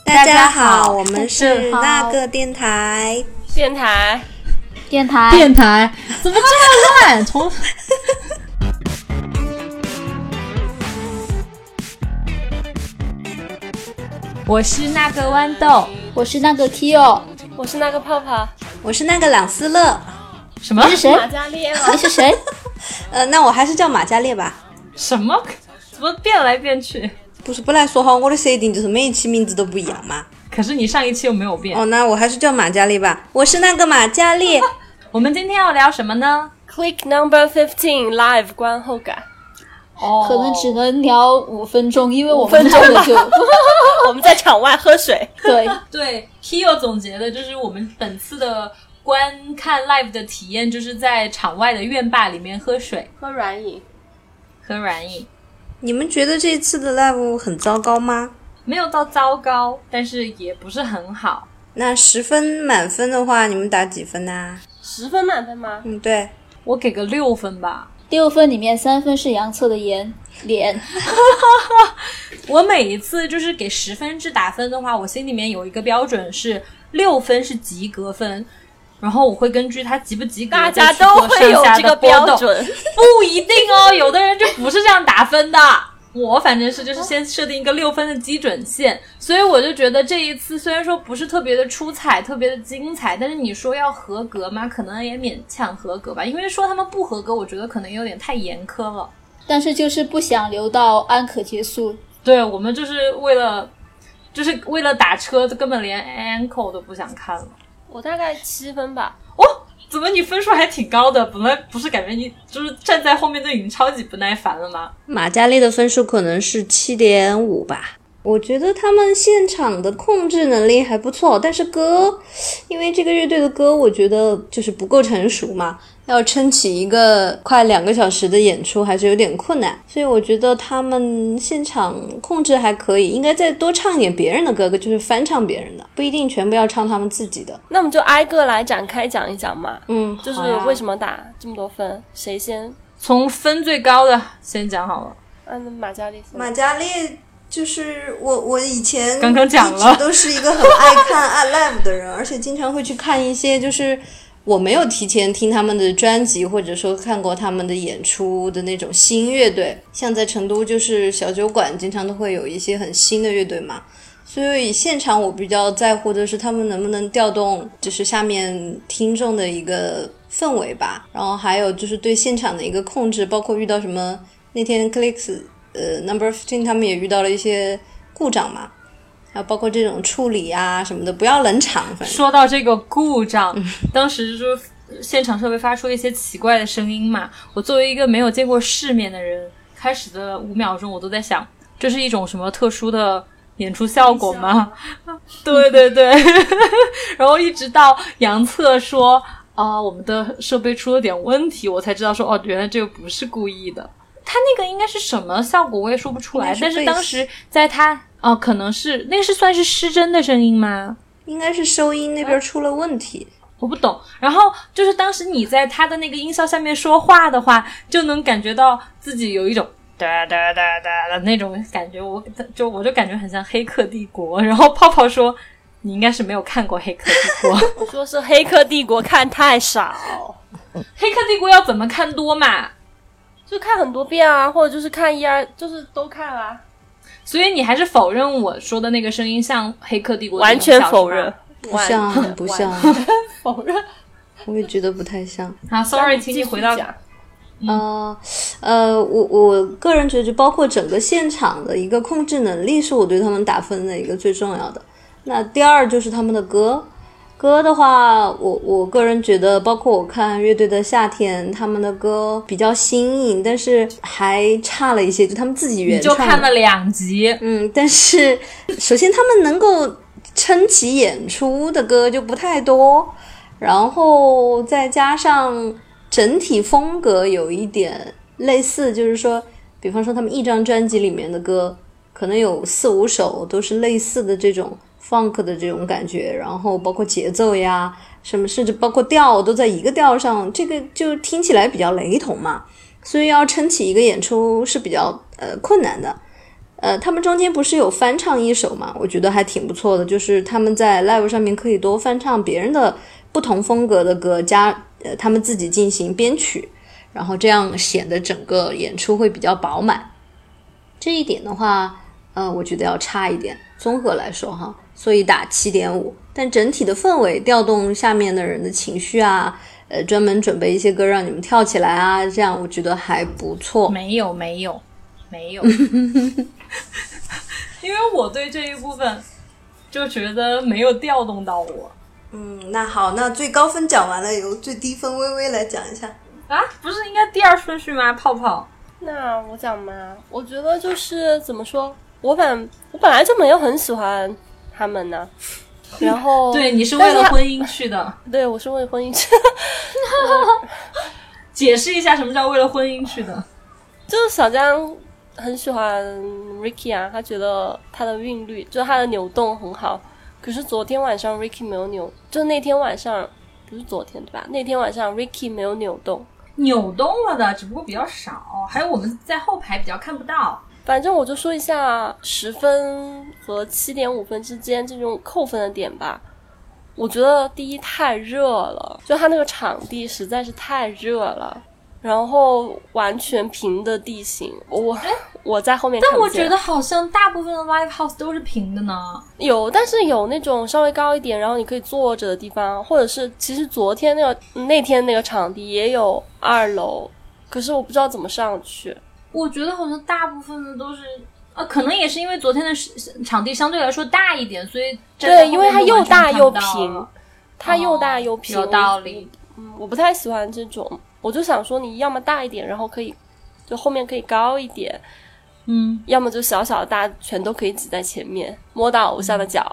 大家好，我们是那个电台， 电台， 怎么这么烂？从我是那个豌豆， 我是那个 Kyo， 我是那个泡泡， 我是那个朗斯勒。 什么？ 你是谁？ 马加列吗？ 你是谁？ 那我还是叫马加列吧。 什么？怎么变来变去？ 不是，本来说好我的设定就是每一期名字都不一样嘛。 可是你上一期又没有变。 哦，那我还是叫马加列吧。我是那个马加列。 我们今天要聊什么呢？ Click number 15 live 观后感。 哦， 可能只能聊5分钟，因为我 5分钟吧们就我们在场外喝水。 对 Kyo 总结的就是我们本次的观看 live 的体验，就是在场外的院坝里面喝水， 喝软饮。 喝软饮。 你们觉得这次的 live 很糟糕吗？ 没有到糟糕，但是也不是很好。 那10分满分的话，你们打几分啊 ？10分满分吗？ 对， 我给个6分吧。 6分里面3分是杨策的脸。 我每一次就是给10分制打分的话，我心里面有一个标准是6分是及格分，然后我会根据他及不及格， 大家都会有这个标准。 不一定哦，有的人就不是这样打分的。我反正是就是先设定一个6分的基准线，所以我就觉得这一次虽然说不是特别的出彩，特别的精彩，但是你说要合格嘛，可能也勉强合格吧。因为说他们不合格，我觉得可能有点太严苛了。 但是就是不想留到安可结束。 对，我们就是为了打车，根本连 ankle 都不想看了。 我大概7分吧。 哦，怎么你分数还挺高的？本来不是感觉你就是站在后面都已经超级不耐烦了吗？ 马加列的分数可能是7.5吧。我觉得他们现场的控制能力还不错，但是歌，因为这个乐队的歌我觉得就是不够成熟嘛，要撑起一个快2个小时的演出还是有点困难，所以我觉得他们现场控制还可以，应该再多唱一点别人的歌，就是翻唱别人的，不一定全部要唱他们自己的。 那我们就挨个来展开讲一讲嘛。就是为什么打这么多分，谁先？ 从分最高的先讲好了。 那马加列先。 马加列就是我以前刚刚讲了， 一直都是一个很爱看live 的人，而且经常会去看一些就是我没有提前听他们的专辑或者说看过他们的演出的那种新乐队，像在成都就是小酒馆经常都会有一些很新的乐队嘛，所以现场我比较在乎的是他们能不能调动就是下面听众的一个氛围吧，然后还有就是对现场的一个控制，包括遇到什么那天 Clicks number 15他们也遇到了一些故障嘛，还有包括这种处理啊什么的，不要冷场。反正说到这个故障，当时就现场设备发出一些奇怪的声音嘛，我作为一个没有见过世面的人，开始的5秒钟我都在想，这是一种什么特殊的演出效果吗？对对对然后一直到杨策说我们的设备出了点问题，我才知道说原来这个不是故意的。他那个应该是什么效果我也说不出来，但是当时在他可能是那个是算是失真的声音吗？ 应该是收音那边出了问题， 我不懂。然后就是当时你在他的那个音效下面说话的话，就能感觉到自己有一种哒哒哒哒的那种感觉，我就感觉很像黑客帝国。然后泡泡说你应该是没有看过黑客帝国我说是黑客帝国看太少黑客帝国要怎么看多嘛， 就看很多遍啊，或者就是看就是都看啊。 所以你还是否认我说的那个声音像黑客帝国？ 完全否认， 不像不像否认。 我也觉得不太像。 sorry 请你回到我个人觉得就包括整个现场的一个控制能力是我对他们打分的一个最重要的。那第二就是他们的歌的话，我个人觉得包括我看乐队的夏天他们的歌比较新颖，但是还差了一些，就他们自己原创的。 你就看了2集但是首先他们能够撑起演出的歌就不太多，然后再加上整体风格有一点类似，就是说比方说他们一张专辑里面的歌可能有4-5首都是类似的这种funk 的这种感觉，然后包括节奏呀什么，甚至包括调都在一个调上，这个就听起来比较雷同嘛，所以要撑起一个演出是比较困难的。 他们中间不是有翻唱一首嘛，我觉得还挺不错的，就是他们在 live 上面可以多翻唱别人的不同风格的歌，加他们自己进行编曲，然后这样显得整个演出会比较饱满。这一点的话我觉得要差一点，综合来说哈，所以打 7.5。 但整体的氛围调动下面的人的情绪啊，专门准备一些歌让你们跳起来啊，这样我觉得还不错。 没有因为我对这一部分就觉得没有调动到我。 那好，那最高分讲完了，由最低分微微来讲一下啊，不是应该第二顺序吗？泡泡。 那我讲嘛，我觉得就是怎么说，我本来就没有很喜欢他们呢，然后对，你是为了婚姻去的。 对，我是为了婚姻去解释一下什么叫为了婚姻去的。 就是小江很喜欢 Ricky 啊，他觉得他的韵律就是他的扭动很好，可是昨天晚上 Ricky 没有扭，就那天晚上不是昨天对吧，那天晚上 Ricky 没有扭动了的，只不过比较少，还有我们在后排比较看不到。 反正我就说一下10分和 7.5 分之间这种扣分的点吧。我觉得第一太热了，就他那个场地实在是太热了，然后完全平的地形，我在后面看不见。 但我觉得好像大部分的 live house 都是平的呢。 有，但是有那种稍微高一点，然后你可以坐着的地方，或者是其实那天那个场地也有2楼，可是我不知道怎么上去。 我觉得好像大部分的都是可能也是因为昨天的场地相对来说大一点，所以对，因为它又大又平，它又大又平， 有道理。 我不太喜欢这种，我就想说你要么大一点，然后可以就后面可以高一点，要么就小小的大全都可以挤在前面，摸到偶像的脚。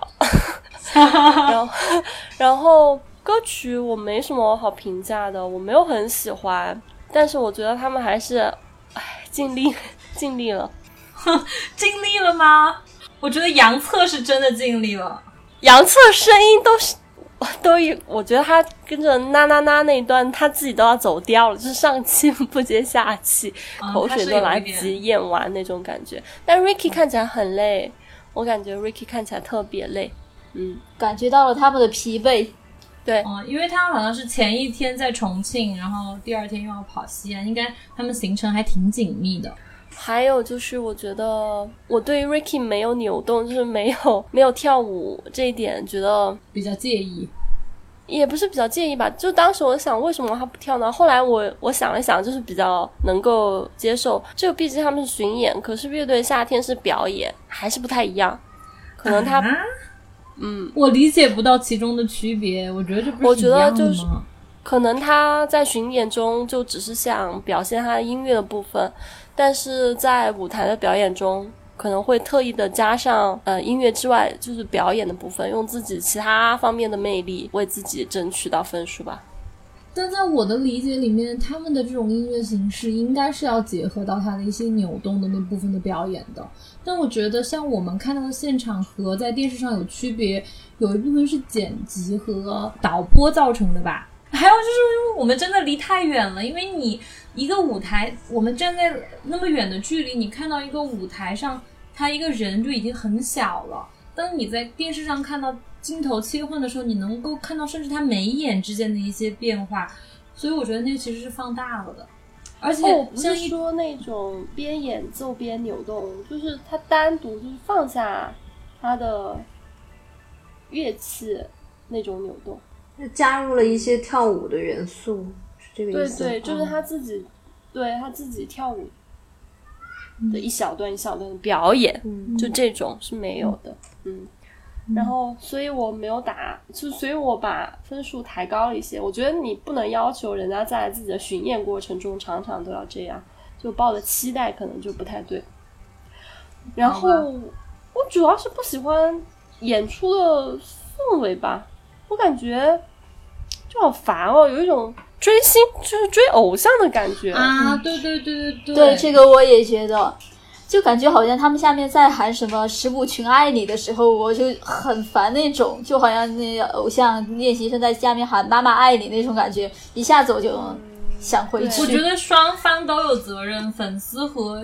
然后歌曲我没什么好评价的，我没有很喜欢，但是我觉得他们还是尽力了。 尽力了吗？我觉得杨策是真的尽力了。 杨策声音我觉得他跟着那那一段他自己都要走掉了，就是上气不接下气，口水都来不及咽完那种感觉。但 Ricky 看起来很累，我感觉 Ricky 看起来特别累。 感觉到了他们的疲惫。 对， 因为他好像是前一天在重庆，然后第二天又要跑西安，应该他们行程还挺紧密的。 还有就是我觉得我对 Ricky 没有扭动，就是没有跳舞这一点觉得比较介意， 也不是比较介意吧，就当时我想为什么他不跳呢，后来我想了想，就是比较能够接受，这个毕竟他们是巡演，可是乐队夏天是表演，还是不太一样，可能他我理解不到其中的区别，我觉得这不是一样的吗？ 我觉得就是可能他在巡演中就只是想表现他的音乐的部分，但是在舞台的表演中可能会特意的加上音乐之外就是表演的部分，用自己其他方面的魅力为自己争取到分数吧。 但在我的理解里面，他们的这种音乐形式应该是要结合到他的一些扭动的那部分的表演的。但我觉得像我们看到的现场和在电视上有区别，有一部分是剪辑和导播造成的吧。还有就是因为我们真的离太远了，因为你一个舞台，我们站在那么远的距离，你看到一个舞台上他一个人就已经很小了，当你在电视上看到镜头切换的时候，你能够看到甚至他眉眼之间的一些变化，所以我觉得那其实是放大了的。而且不是说那种边演奏边扭动，就是他单独就是放下他的乐器那种扭动， 加入了一些跳舞的元素，是这个意思。 对，就是他自己对他自己跳舞的一小段一小段的表演，就这种是没有的。然后所以我没有打，所以我把分数抬高了一些。我觉得你不能要求人家在自己的巡演过程中常常都要这样，就抱的期待可能就不太对。然后我主要是不喜欢演出的氛围吧，我感觉就好烦哦，有一种追星就是追偶像的感觉啊！对， 对，这个我也觉得，就感觉好像他们下面在喊什么十五群爱你的时候，我就很烦那种，就好像那偶像练习生在下面喊妈妈爱你那种感觉，一下子我就想回去。 我觉得双方都有责任，粉丝和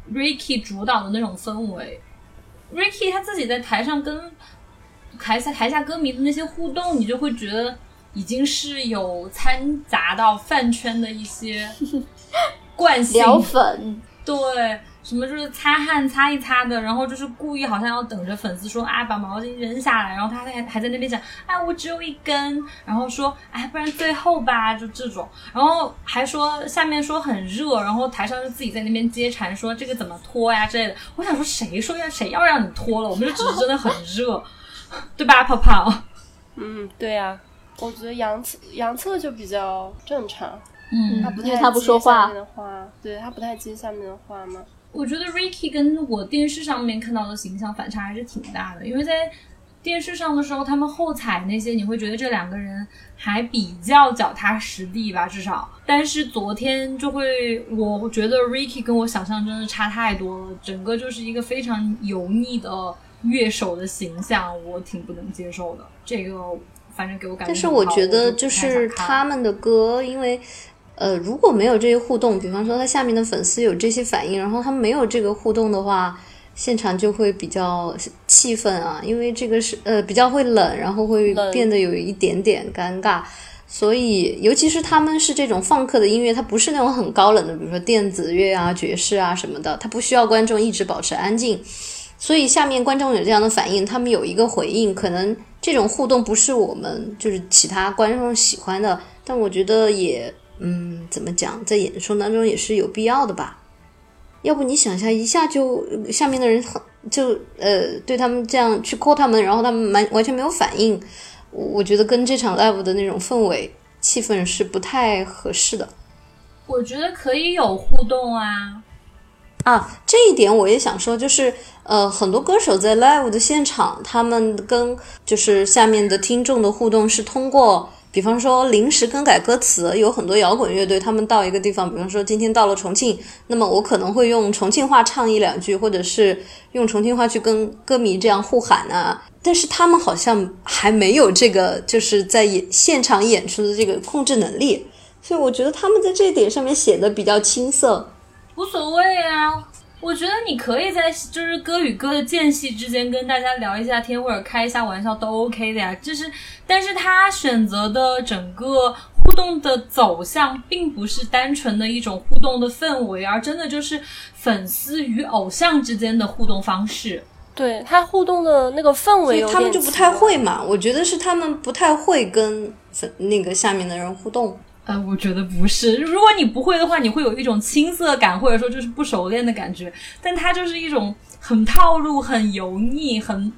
Ricky 主导的那种氛围。Ricky 他自己在台上跟台下歌迷的那些互动，你就会觉得已经是有掺杂到饭圈的一些惯性聊粉， 对，什么就是擦汗擦一擦的，然后就是故意好像要等着粉丝说啊把毛巾扔下来，然后他还在那边讲啊我只有一根，然后说哎不然最后吧，就这种，然后还说下面说很热，然后台上就自己在那边接茬说这个怎么脱呀之类的。我想说谁要让你脱了，我们就只是真的很热对吧泡泡？ 对呀，我觉得杨策就比较正常，他不太因为他不说话接下面的话，对，他不太接下面的话嘛。 我觉得 Ricky 跟我电视上面看到的形象反差还是挺大的，因为在电视上的时候他们后采那些你会觉得这两个人还比较脚踏实地吧至少，但是昨天就会我觉得 Ricky 跟我想象真的差太多了，整个就是一个非常油腻的乐手的形象，我挺不能接受的，这个反正给我感觉很好。 但是我觉得就是他们的歌因为如果没有这些互动，比方说他下面的粉丝有这些反应，然后他们没有这个互动的话，现场就会比较气愤啊，因为这个是比较会冷，然后会变得有一点点尴尬。所以尤其是他们是这种放克的音乐，它不是那种很高冷的，比如说电子乐啊爵士啊什么的，它不需要观众一直保持安静，所以下面观众有这样的反应，他们有一个回应，可能这种互动不是我们就是其他观众喜欢的，但我觉得也怎么讲，在演出当中也是有必要的吧。要不你想一下就下面的人就对他们这样去 call 他们，然后他们完全没有反应，我觉得跟这场 live 的那种氛围气氛是不太合适的。 我觉得可以有互动啊， 这一点我也想说，就是很多歌手在 live 的现场，他们跟就是下面的听众的互动是通过比方说临时更改歌词，有很多摇滚乐队他们到一个地方，比方说今天到了重庆，那么我可能会用重庆话唱一两句，或者是用重庆话去跟歌迷这样互喊啊，但是他们好像还没有这个就是在现场演出的这个控制能力，所以我觉得他们在这一点上面显得比较青涩。 无所谓啊，我觉得你可以在就是歌与歌的间隙之间跟大家聊一下天或者开一下玩笑都 OK 的呀，但是他选择的整个互动的走向并不是单纯的一种互动的氛围，而真的就是粉丝与偶像之间的互动方式。 对，他互动的那个氛围有点， 他们就不太会嘛，我觉得是他们不太会跟那个下面的人互动。 我觉得不是，如果你不会的话，你会有一种青涩感，或者说就是不熟练的感觉，但它就是一种很套路、很油腻、很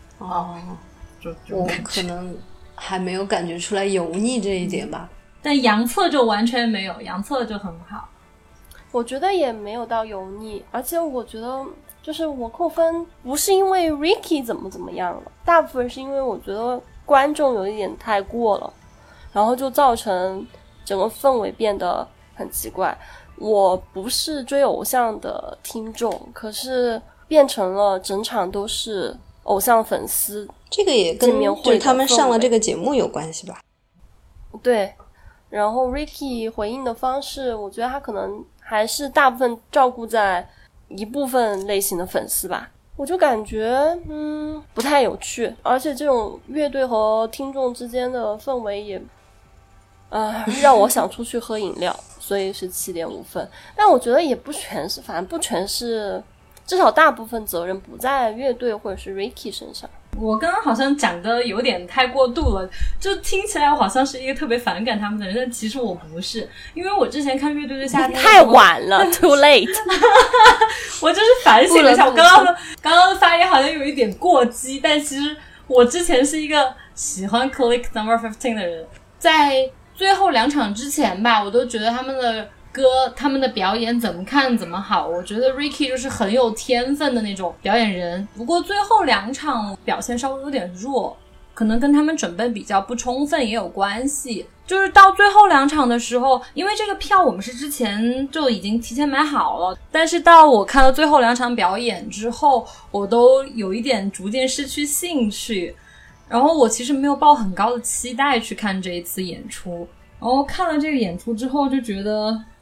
我可能还没有感觉出来油腻这一点吧。 但杨策就完全没有，杨策就很好。 我觉得也没有到油腻，而且我觉得就是我扣分不是因为 Ricky 怎么样了，大部分是因为我觉得观众有一点太过了，然后就造成整个氛围变得很奇怪。我不是追偶像的听众，可是变成了整场都是偶像粉丝， 这个也跟就是他们上了这个节目有关系吧。 对，然后 Ricky 回应的方式，我觉得他可能还是大部分照顾在一部分类型的粉丝吧，我就感觉不太有趣，而且这种乐队和听众之间的氛围也让我想出去喝饮料，所以是7.5分。但我觉得也不全是，反正不全是，至少大部分责任不在乐队或者是 Ricky 身上。 我刚刚好像讲的有点太过度了，就听起来我好像是一个特别反感他们的人，但其实我不是，因为我之前看乐队的夏天太晚了，too late 我就是反省了一下，我刚刚的发言好像有一点过激，但其实我之前是一个喜欢 Click Number 15的人，在最后2场之前吧，我都觉得他们的歌他们的表演怎么看怎么好，我觉得 Ricky 就是很有天分的那种表演人，不过最后2场表现稍微有点弱，可能跟他们准备比较不充分也有关系。就是到最后2场的时候，因为这个票我们是之前就已经提前买好了，但是到我看了最后2场表演之后，我都有一点逐渐失去兴趣，然后我其实没有抱很高的期待去看这一次演出，然后看了这个演出之后就觉得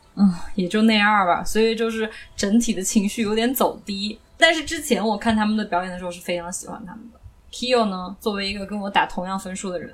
也就那样吧，所以就是整体的情绪有点走低。但是之前我看他们的表演的时候是非常喜欢他们的。Kyo 呢，作为一个跟我打同样分数的人，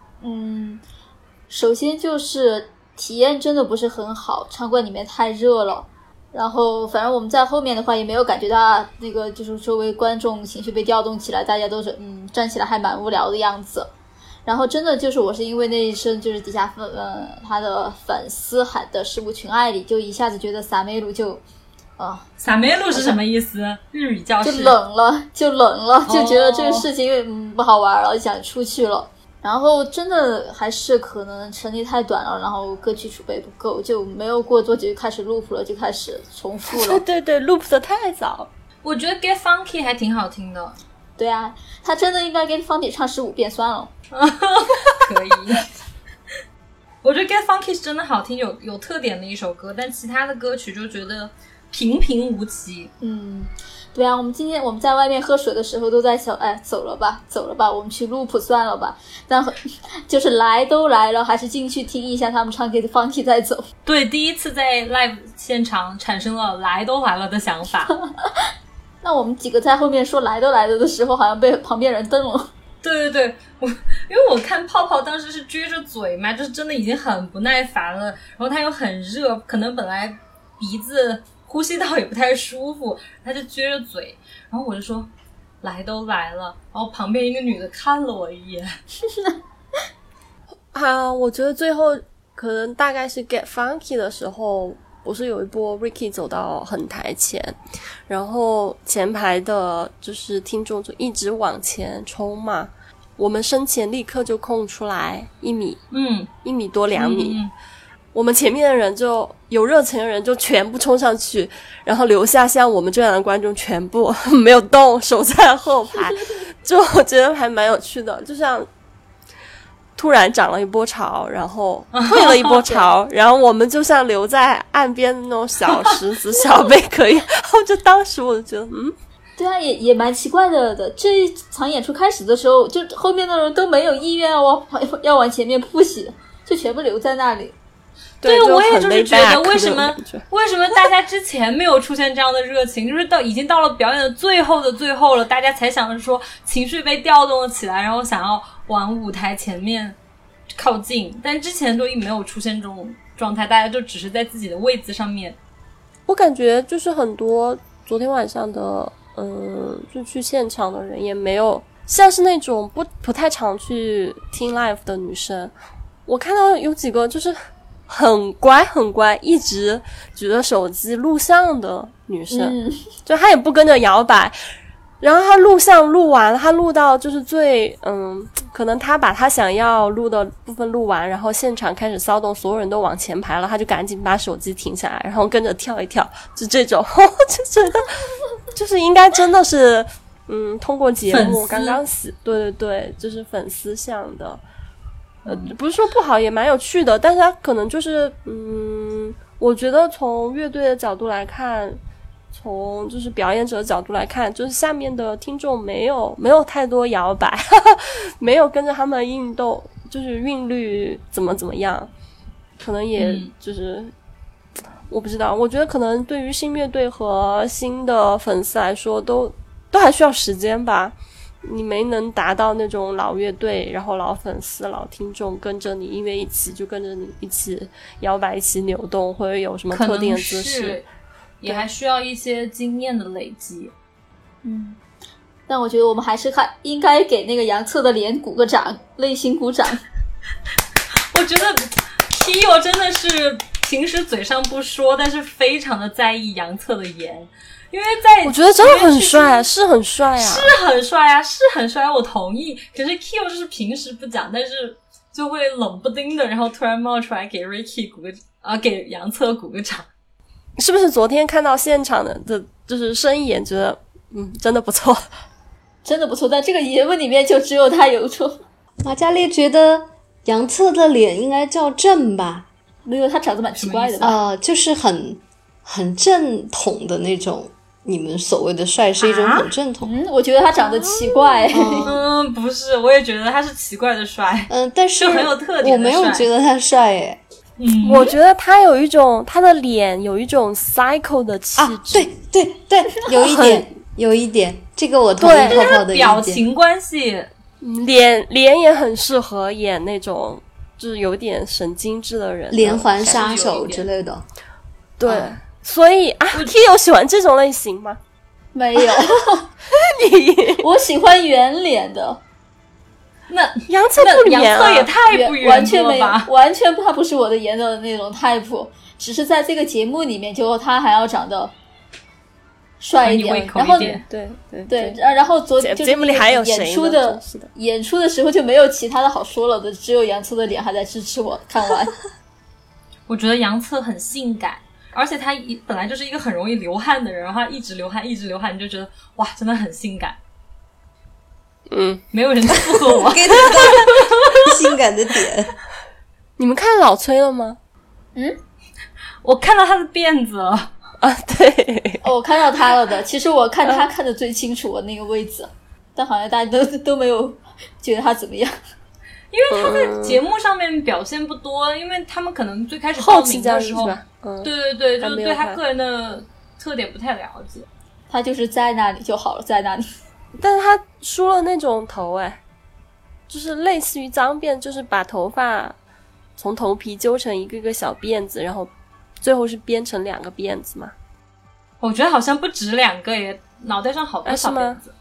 首先就是体验真的不是很好，场馆里面太热了。然后反正我们在后面的话也没有感觉到那个就是周围观众情绪被调动起来，大家都是站起来还蛮无聊的样子。然后真的就是我是因为那一声就是底下他的粉丝喊的十五群爱里，就一下子觉得撒梅鲁就撒梅鲁是什么意思？日语教室就冷了，就觉得这个事情不好玩了，就想出去了。然后真的还是可能成立太短了，然后歌曲储备不够，就没有过多久就开始 loop 了，就开始重复了。 对 loop 的太早。 我觉得 Get Funky 还挺好听的。 对啊，他真的应该Get Funky唱15遍算了。 可以。我觉得 Get Funky 是真的好听，有特点的一首歌，但其他的歌曲就觉得平平无奇。 对啊，今天我们在外面喝水的时候都在想，走了吧，我们去 loop 算了吧。但就是来都来了，还是进去听一下他们唱 Get Funky 再走。对， 第一次在 live 现场产生了来都来了的想法。 那我们几个在后面说来都来了的时候，好像被旁边人瞪了。 对，因为我看泡泡当时是撅着嘴嘛，就是真的已经很不耐烦了，然后他又很热，可能本来鼻子呼吸道也不太舒服，他就撅着嘴，然后我就说来都来了，然后旁边一个女的看了我一眼。 我觉得最后可能大概是 Get Funky 的时候，不是有一波 Ricky 走到很台前，然后前排的就是听众就一直往前冲嘛，我们身前立刻就空出来1米，1米多2米，我们前面的人就有热情的人就全部冲上去，然后留下像我们这样的观众全部没有动，守在后排。就我觉得还蛮有趣的，就像突然涨了一波潮，然后退了一波潮，然后我们就像留在岸边的那种小石子小贝壳一样。然后就当时我就觉得对啊，也蛮奇怪的。这一场演出开始的时候，就后面的人都没有意愿要往前面push，就全部留在那里。 对，我也就是觉得为什么大家之前没有出现这样的热情，就是已经到了表演的最后的最后了，大家才想着说情绪被调动了起来，然后想要往舞台前面靠近，但之前都没有出现这种状态，大家就只是在自己的位子上面。 我感觉就是很多昨天晚上的就去现场的人也没有像是那种不太常去听 live 的女生，我看到有几个就是很乖，一直举着手机录像的女生，就她也不跟着摇摆，然后她录像录完了，她录到就是最可能她把她想要录的部分录完，然后现场开始骚动，所有人都往前排了，她就赶紧把手机停下来，然后跟着跳一跳，就这种。我就觉得就是应该真的是通过节目刚刚死，对，就是粉丝向的。不是说不好，也蛮有趣的，但是它可能就是我觉得从乐队的角度来看，从就是表演者的角度来看，就是下面的听众没有太多摇摆，没有跟着他们运动，就是韵律怎么样，可能也就是我不知道，我觉得可能对于新乐队和新的粉丝来说都还需要时间吧。你没能达到那种老乐队，然后老粉丝老听众跟着你音乐一起就跟着你一起摇摆一起扭动，或者有什么特定的姿势， 也还需要一些经验的累积。 但我觉得我们还是应该给那个杨策的脸鼓个掌，内心鼓掌。 我觉得 Kyo 真的是平时嘴上不说，但是非常的在意杨策的颜，因为我觉得真的很帅，是很帅啊， 是很帅，我同意。可是 Kyo 就是平时不讲，但是就会冷不丁的，然后突然冒出来给 Ricky 给杨策鼓个掌。 是不是昨天看到现场的就是声演，觉得真的不错， 真的不错，在这个节目里面就只有他有错。 马嘉烈觉得杨策的脸应该叫正吧？ 没有，他长得蛮奇怪的吧？ 就是很正统的那种。你们所谓的帅是一种很正统。 我觉得他长得奇怪。 不是，我也觉得他是奇怪的帅。 但是很有特点的帅。 我没有觉得他帅耶。 我觉得他有一种他的脸有一种 psycho 的气质， 对，有一点，这个我同意泡泡的意见。 表情关系， 脸也很适合演那种就是有点神经质的人， 连环杀手之类的。 对，所以啊 Kyo 喜欢这种类型吗？ 没有，我喜欢圆脸的。 那杨策不圆杨策也太不圆完全没有了吧？ 完全他不是我的颜的那种 type， 只是在这个节目里面，结果他还要长得帅一点，然后对，然后节目里还有谁呢？ 演出的时候就没有其他的好说了的，只有杨策的脸还在支持我看完。 我觉得杨策很性感，而且他本来就是一个很容易流汗的人，然后他一直流汗，你就觉得哇，真的很性感。没有人附和我 get 到性感的点。 你们看老崔了吗？ 我看到他的辫子了啊，对， 我看到他了的。其实我看他看得最清楚我那个位置，但好像大家都没有觉得他怎么样。 因为他在节目上面表现不多，因为他们可能最开始报名的时候，对，就是对他个人的特点不太了解。 他就是在那里就好了，在那里。 但是他梳了那种头就是类似于脏辫，就是把头发从头皮揪成一个个小辫子，然后最后是编成2个辫子嘛。 我觉得好像不止2个耶，脑袋上好多小辫子。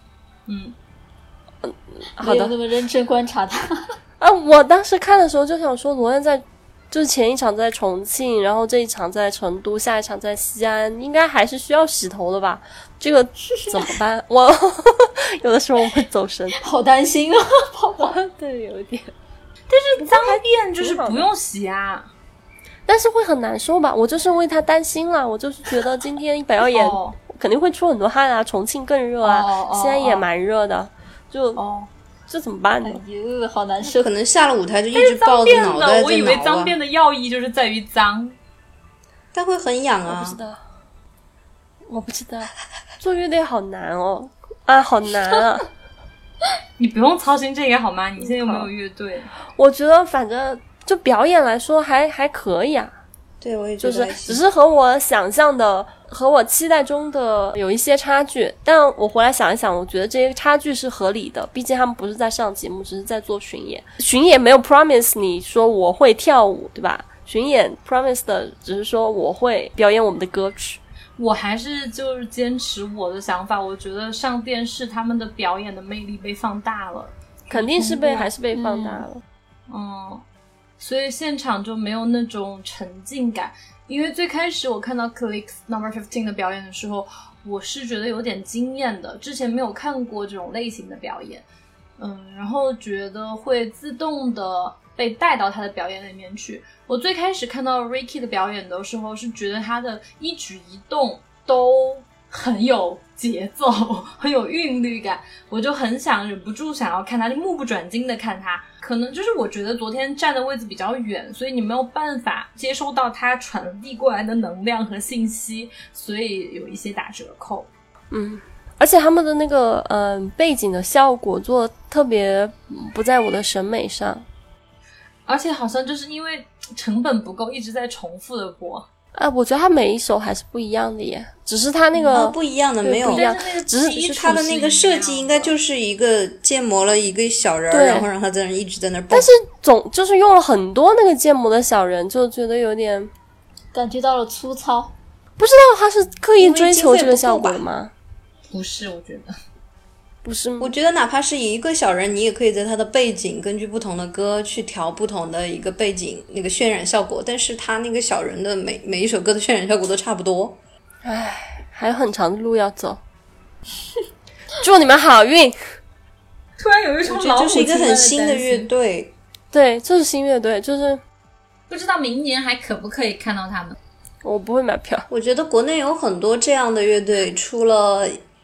好的， 没有那么认真观察他。 我当时看的时候就想说，罗恩就是前一场在重庆，然后这一场在成都，下一场在西安，应该还是需要洗头的吧？这个怎么办？我有的时候我会走神， 好担心啊，泡泡。 对，有一点。 但是脏辫就是不用洗啊， 但是会很难受吧？我就是为他担心了，我就是觉得今天表演肯定会出很多汗啊，重庆更热啊，西安也蛮热的，这怎么办呢？ 哎呦，好难受！ 可能下了舞台就一直抱着脑袋在挠啊。 我以为脏辫的要义就是在于脏， 但会很痒啊。 我不知道，做乐队好难哦，好难啊！ 你不用操心这个好吗？你现在又没有乐队。 我觉得反正就表演来说还可以啊。 对，我也觉得只是和我想象的和我期待中的有一些差距，但我回来想一想，我觉得这些差距是合理的，毕竟他们不是在上节目，只是在做巡演没有 promise 你说我会跳舞，对吧？巡演 promise 的只是说我会表演我们的歌曲。 我还是就是坚持我的想法，我觉得上电视他们的表演的魅力被放大了， 肯定是还是被放大了。 所以现场就没有那种沉浸感。因为最开始我看到 Click Number 15的表演的时候，我是觉得有点惊艳的，之前没有看过这种类型的表演。然后觉得会自动的被带到他的表演里面去。我最开始看到 Ricky 的表演的时候，是觉得他的一举一动都很有节奏，很有韵律感，我就很忍不住想要看他，就目不转睛的看他。可能就是我觉得昨天站的位置比较远，所以你没有办法接收到他传递过来的能量和信息，所以有一些打折扣。 而且他们的那个背景的效果做得特别不在我的审美上， 而且好像就是因为成本不够，一直在重复的播。 我觉得他每一首还是不一样的耶，只是他那个不一样的没有不一样， 只是他的那个设计应该就是一个建模了一个小人，然后让他在那一直在那蹦。 但是就是用了很多那个建模的小人，就觉得有点感觉到了粗糙。 不知道他是刻意追求这个效果吗？ 不是，我觉得不是。 我觉得哪怕是一个小人，你也可以在他的背景根据不同的歌去调不同的一个背景那个渲染效果，但是他那个小人的每一首歌的渲染效果都差不多。 还有很长的路要走。祝你们好运。 突然有一种老虎就是一个很新的乐队。 对，这是新乐队，就是不知道明年还可不可以看到他们。 我不会买票。 我觉得国内有很多这样的乐队，出了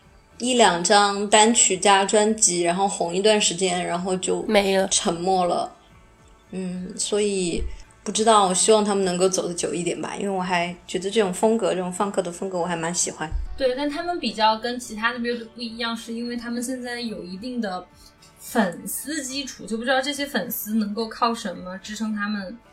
1-2张单曲加专辑，然后红一段时间，然后就没了， 沉默了。所以不知道，我希望他们能够走得久一点吧，因为我还觉得这种风格，这种放克的风格我还蛮喜欢。 对，但他们比较跟其他的乐队不一样，是因为他们现在有一定的粉丝基础，就不知道这些粉丝能够靠什么支撑他们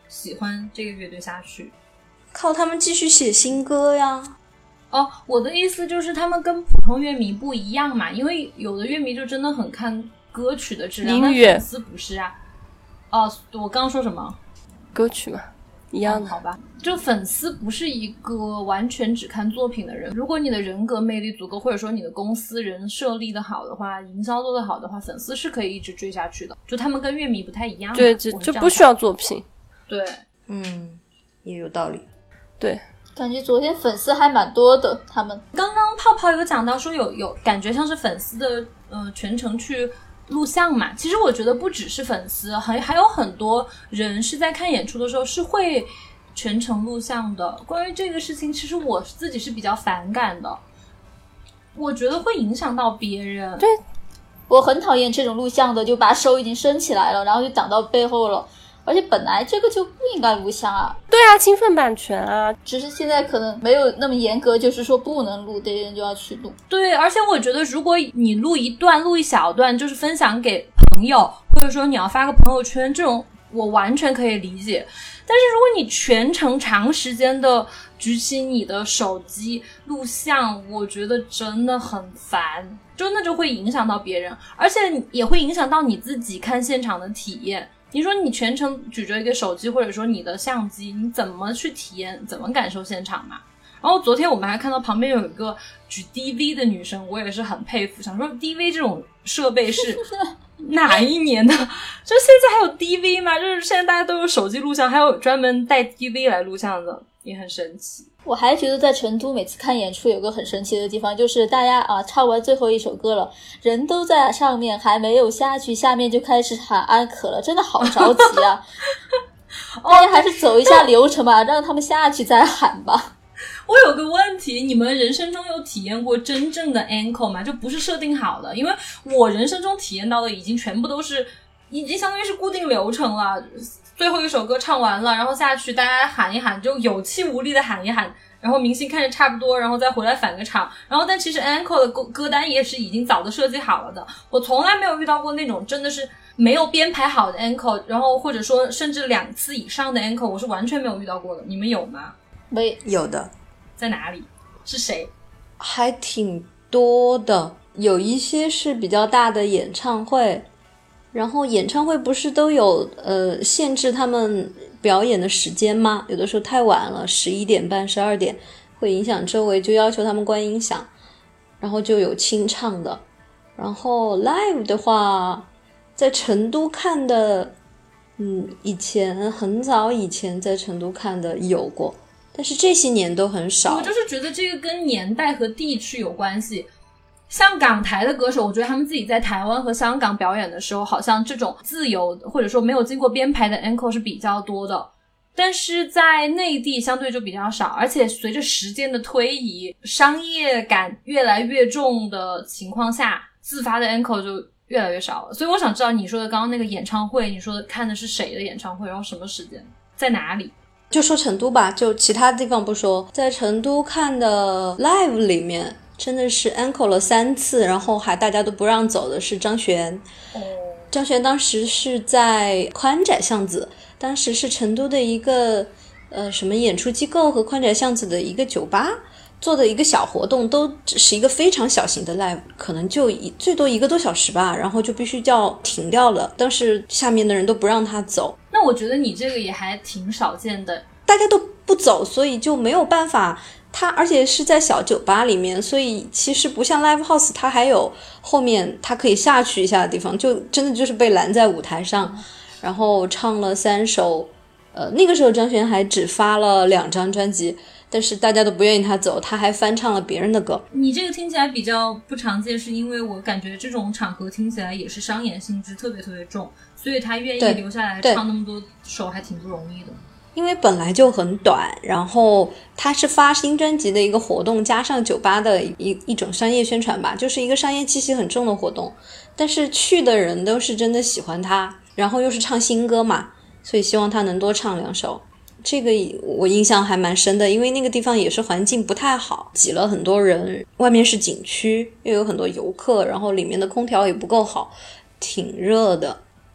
喜欢这个乐队下去。 靠他们继续写新歌呀。 哦，我的意思就是他们跟普通乐迷不一样嘛，因为有的乐迷就真的很看歌曲的质量， 音乐但粉丝不是啊。哦，我刚刚说什么？ 歌曲嘛，一样的。 好吧，就粉丝不是一个完全只看作品的人。如果你的人格魅力足够，或者说你的公司人设立的好的话，营销做的好的话，粉丝是可以一直追下去的。就他们跟乐迷不太一样。 对，就不需要作品。 对， 也有道理。 对。 感觉昨天粉丝还蛮多的，他们刚刚泡泡有讲到说有感觉像是粉丝的全程去录像嘛，其实我觉得不只是粉丝，还有很多人是在看演出的时候是会全程录像的。关于这个事情，其实我自己是比较反感的，我觉得会影响到别人。 对，我很讨厌这种录像的，就把手已经伸起来了，然后就挡到背后了。而且本来这个就不应该录像啊。 对啊，侵犯版权啊。 只是现在可能没有那么严格，就是说不能录，这些人就要去录。 对，而且我觉得如果你录一段录一小段就是分享给朋友，或者说你要发个朋友圈，这种我完全可以理解。但是如果你全程长时间的举起你的手机录像，我觉得真的很烦，真的就会影响到别人，而且也会影响到你自己看现场的体验。你说你全程举着一个手机或者说你的相机，你怎么去体验，怎么感受现场嘛？然后昨天我们还看到旁边有一个举 DV 的女生，我也是很佩服，想说 DV 这种设备是哪一年的？就现在还有 DV 吗？就是现在大家都有手机录像，还有专门带 DV 来录像的，也很神奇。 我还觉得在成都每次看演出有个很神奇的地方，就是大家唱完最后一首歌了，人都在上面还没有下去，下面就开始喊安可了，真的好着急啊。大家还是走一下流程吧，让他们下去再喊吧。 我有个问题，你们人生中有体验过真正的 encore 吗？就不是设定好的，因为我人生中体验到的已经全部都是已经相当于是固定流程了。最后一首歌唱完了，然后下去大家喊一喊，就有气无力的喊一喊，然后明星看着差不多，然后再回来返个场。然后但其实 encore 的歌单也是已经早的设计好了的。我从来没有遇到过那种真的是没有编排好的 encore， 然后或者说甚至2次以上的 encore， 我是完全没有遇到过的。你们有吗？ 没有的。 在哪里？是谁？ 还挺多的，有一些是比较大的演唱会，然后演唱会不是都有限制他们表演的时间吗？有的时候太晚了，11点半、12点会影响周围，就要求他们关音响，然后就有清唱的。然后 live 的话，在成都看的，以前很早以前在成都看的有过。但是这些年都很少。 我就是觉得这个跟年代和地区有关系。像港台的歌手，我觉得他们自己在台湾和香港表演的时候，好像这种自由或者说没有经过编排的 encore 是比较多的，但是在内地相对就比较少。而且随着时间的推移，商业感越来越重的情况下，自发的 encore 就越来越少了。所以我想知道你说的刚刚那个演唱会，你说的看的是谁的演唱会，然后什么时间，在哪里？ 就说成都吧，就其他地方不说。在成都看的 live 里面，真的是 encore 了3次，然后还大家都不让走的是张悬。张悬当时是在宽窄巷子，当时是成都的一个什么演出机构和宽窄巷子的一个酒吧做的一个小活动，都只是一个非常小型的 live， 可能就最多1个多小时吧，然后就必须叫停掉了。当时下面的人都不让他走。 那我觉得你这个也还挺少见的， 大家都不走，所以就没有办法。它而且是在小酒吧里面，所以其实不像 live house， 它还有后面它可以下去一下的地方，就真的就是被拦在舞台上，然后唱了3首。那个时候张悬还只发了2张专辑，但是大家都不愿意他走，他还翻唱了别人的歌。 你这个听起来比较不常见，是因为我感觉这种场合听起来也是商演性质特别特别重，所以他愿意留下来唱那么多首还挺不容易的。 因为本来就很短，然后他是发新专辑的一个活动，加上酒吧的一种商业宣传吧，就是一个商业气息很重的活动。但是去的人都是真的喜欢他，然后又是唱新歌嘛，所以希望他能多唱2首。这个我印象还蛮深的，因为那个地方也是环境不太好，挤了很多人，外面是景区，又有很多游客，然后里面的空调也不够好，挺热的。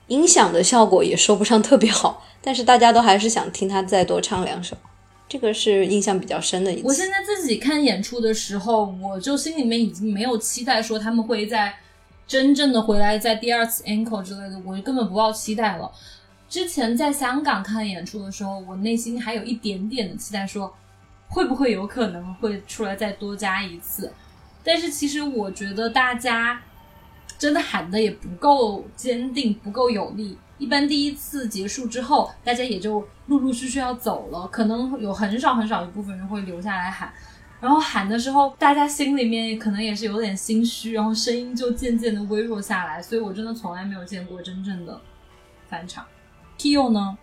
音响的效果也说不上特别好，但是大家都还是想听他再多唱2首，这个是印象比较深的一次。 我现在自己看演出的时候，我就心里面已经没有期待说他们会在真正的回来在第2次 encore 之类的，我根本不抱期待了。之前在香港看演出的时候，我内心还有一点点的期待说会不会有可能会出来再多加一次，但是其实我觉得大家真的喊的也不够坚定，不够有力。一般第1次结束之后，大家也就陆陆续续要走了，可能有很少一部分人会留下来喊，然后喊的时候大家心里面可能也是有点心虚，然后声音就渐渐的微弱下来，所以我真的从来没有见过真正的返场。Kyo 呢？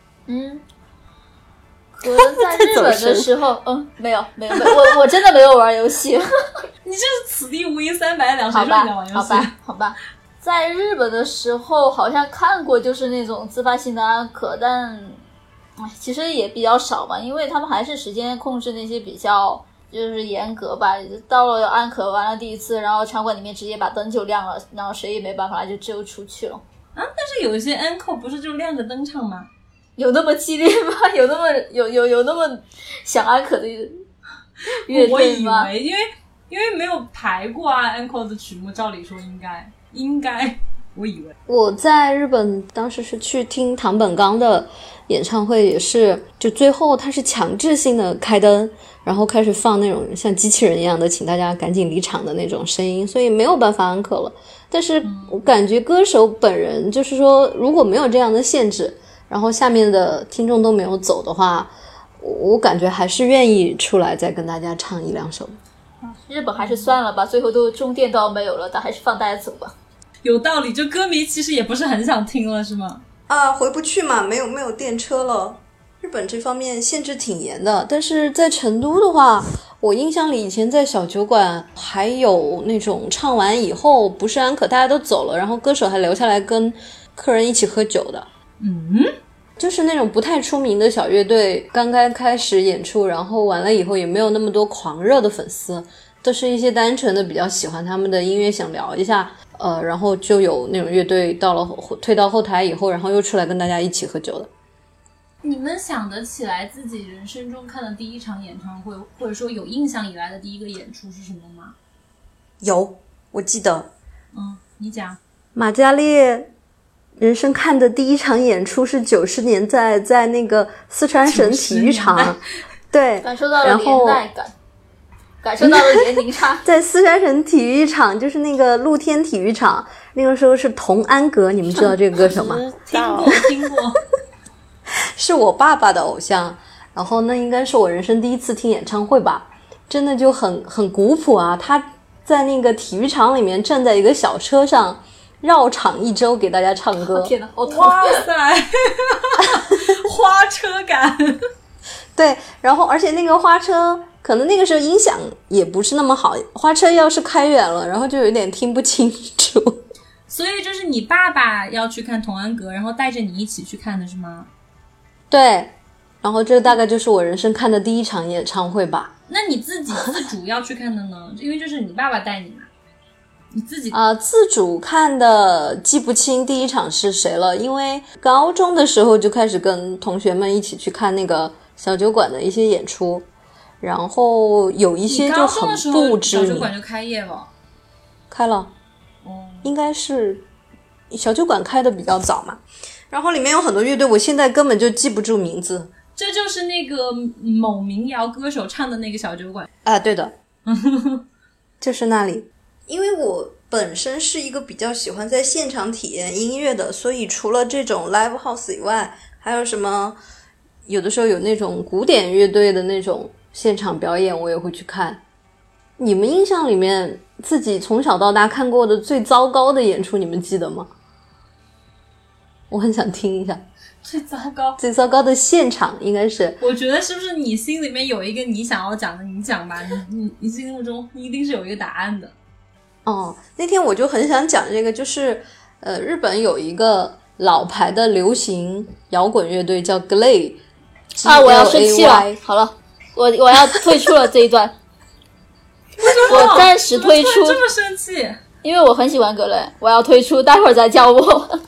我在日本的时候，没有，我真的没有玩游戏。 你这是此地无银三百两，谁说你要玩游戏？ 好吧。在日本的时候好像看过，就是那种自发性的安可，但其实也比较少吧，因为他们还是时间控制那些比较就是严格吧。到了安可完了第1次，然后场馆里面直接把灯就亮了，然后谁也没办法就只有出去了。 但是有一些 encore 不是就亮着灯唱吗？ 有那么激烈吗？有那么想安可的乐队吗？ 我以为因为没有排过啊 encore 的曲目，照理说应该我以为。 我在日本当时是去听堂本刚的演唱会，也是就最后他是强制性的开灯，然后开始放那种像机器人一样的请大家赶紧离场的那种声音，所以没有办法安可了。但是我感觉歌手本人就是说，如果没有这样的限制，然后下面的听众都没有走的话，我感觉还是愿意出来再跟大家唱1-2首。 日本还是算了吧，最后都终电都要没有了，但还是放大家走吧。 有道理，就歌迷其实也不是很想听了，是吗？ 回不去嘛，没有电车了。日本这方面限制挺严的，但是在成都的话，我印象里以前在小酒馆还有那种唱完以后不是安可大家都走了，然后歌手还留下来跟客人一起喝酒的。就是那种不太出名的小乐队刚刚开始演出，然后完了以后也没有那么多狂热的粉丝，都是一些单纯的比较喜欢他们的音乐想聊一下，然后就有那种乐队退到后台以后，然后又出来跟大家一起喝酒的。 你们想得起来自己人生中看的第1场演唱会，或者说有印象以来的第1个演出是什么吗？ 有，我记得。 你讲。 马嘉烈人生看的第1场演出是90年代在那个四川省体育场，对， 感受到了年代感，感受到了年龄差。 在四川省体育场，就是那个露天体育场，那个时候是童安格，你们知道这个歌手吗？ 听过。 是我爸爸的偶像，然后那应该是我人生第1次听演唱会吧，真的就很古朴啊。他在那个体育场里面站在一个小车上绕场1周给大家唱歌。 天哪，好痛！ 哇塞，花车感。 对，然后而且那个花车可能那个时候音响也不是那么好，花车要是开远了，然后就有点听不清楚。 所以就是你爸爸要去看童安格，然后带着你一起去看的是吗？ 对，然后这大概就是我人生看的第1场演唱会吧。 那你自己自主要去看的呢？因为就是你爸爸带你嘛，你自己自主看的记不清第1场是谁了，因为高中的时候就开始跟同学们一起去看那个小酒馆的一些演出，然后有一些就很不知名。 小酒馆就开业了？ 开了，应该是小酒馆开的比较早嘛。然后里面有很多乐队，我现在根本就记不住名字。 这就是那个某民谣歌手唱的那个小酒馆啊，对的，就是那里。因为我本身是一个比较喜欢在现场体验音乐的，所以除了这种 live house 以外，还有什么有的时候有那种古典乐队的那种现场表演，我也会去看。你们印象里面自己从小到大看过的最糟糕的演出，你们记得吗？我很想听一下。 最糟糕的现场应该是， 我觉得是不是你心里面有一个你想要讲的，你讲吧，你心目中一定是有一个答案的。 那天我就很想讲这个，就是日本有一个老牌的流行摇滚乐队叫 Glay 我要生气了。好了，我要退出了这一段。我暂时退出。 这么生气？ 因为我很喜欢格雷，我要退出，待会儿再叫我。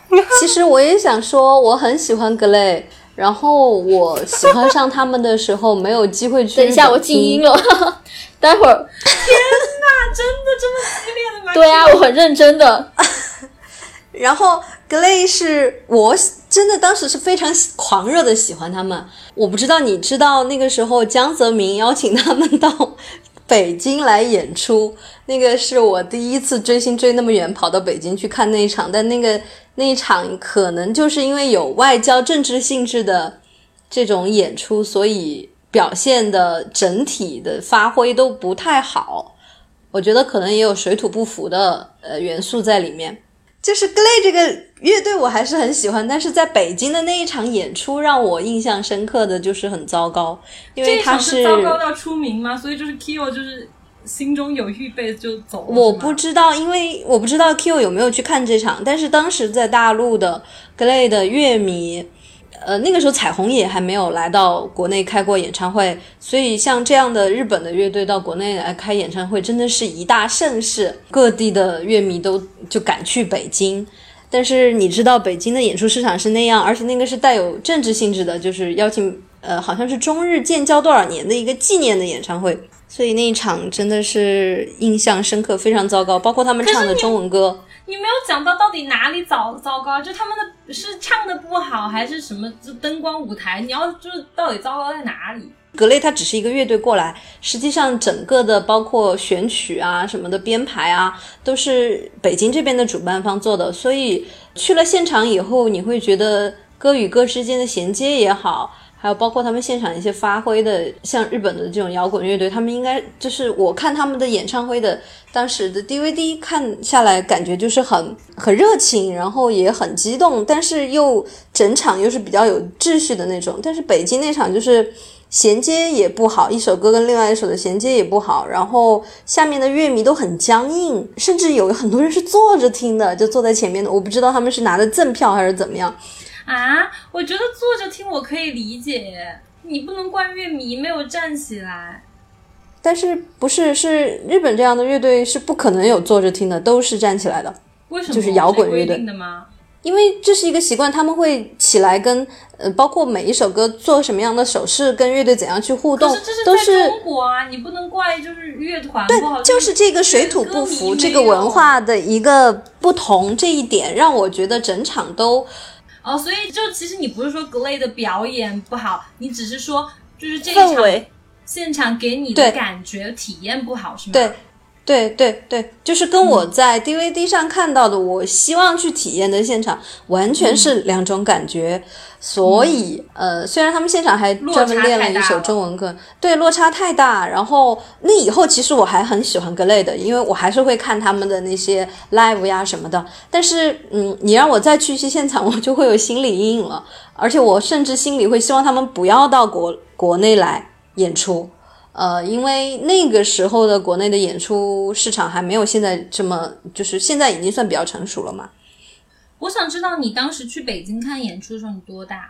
其实我也想说，我很喜欢 Glay， 然后我喜欢上他们的时候没有机会去。 等一下，我静音了，待会儿。 天哪，真的这么激烈的吗？ 对啊，我很认真的。 然后 Glay 是我真的当时是非常狂热的喜欢他们。我不知道你知道那个时候江泽民邀请他们到北京来演出，那个是我第一次追星追那么远跑到北京去看那一场，但那一场可能就是因为有外交政治性质的这种演出，所以表现的整体的发挥都不太好，我觉得可能也有水土不服的元素在里面。就是 Glay 这个乐队我还是很喜欢，但是在北京的那一场演出让我印象深刻的就是很糟糕，因为他是糟糕到出名吗？所以就是 Kyo 就是心中有预备就走了。 我不知道，因为我不知道 Kyo 有没有去看这场，但是当时在大陆的 Glay 的乐迷那个时候彩虹也还没有来到国内开过演唱会，所以像这样的日本的乐队到国内来开演唱会真的是一大盛事，各地的乐迷都就赶去北京。但是你知道北京的演出市场是那样，而且那个是带有政治性质的，就是邀请好像是中日建交多少年的一个纪念的演唱会，所以那一场真的是印象深刻，非常糟糕，包括他们唱的中文歌。 你没有讲到底哪里糟糕，就他们的是唱的不好还是什么，就灯光舞台，你要就是到底糟糕在哪里 ？Glay 它只是一个乐队过来，实际上整个的包括选曲啊什么的编排啊都是北京这边的主办方做的，所以去了现场以后你会觉得歌与歌之间的衔接也好，还有包括他们现场一些发挥的，像日本的这种摇滚乐队，他们应该就是我看他们的演唱会的当时的 DVD 看下来感觉就是很热情，然后也很激动，但是又整场又是比较有秩序的那种。但是北京那场就是衔接也不好，一首歌跟另外一首的衔接也不好，然后下面的乐迷都很僵硬，甚至有很多人是坐着听的，就坐在前面的，我不知道他们是拿的赠票还是怎么样啊。我觉得坐着听我可以理解，你不能怪乐迷没有站起来。 但是不是日本这样的乐队是不可能有坐着听的，都是站起来的。 为什么？ 就是摇滚乐队的吗？ 因为这是一个习惯，他们会起来跟包括每一首歌做什么样的手势，跟乐队怎样去互动， 可是这是在中国啊，你不能怪就是乐团不好。 对，就是这个水土不服，这个文化的一个不同，这一点让我觉得整场都所以就其实你不是说 Glay 的表演不好，你只是说就是这一氛围现场给你的感觉体验不好，是吗？ 对，就是跟我在 DVD 上看到的我希望去体验的现场完全是两种感觉。所以虽然他们现场还专门练了一首中文歌，对，落差太大。然后那以后其实我还很喜欢 Glay 的，因为我还是会看他们的那些 live 呀什么的。但是你让我再去一些现场，我就会有心理阴影了，而且我甚至心里会希望他们不要到国内来演出。因为那个时候的国内的演出市场还没有现在这么，就是现在已经算比较成熟了嘛。 我想知道你当时去北京看演出的时候你多大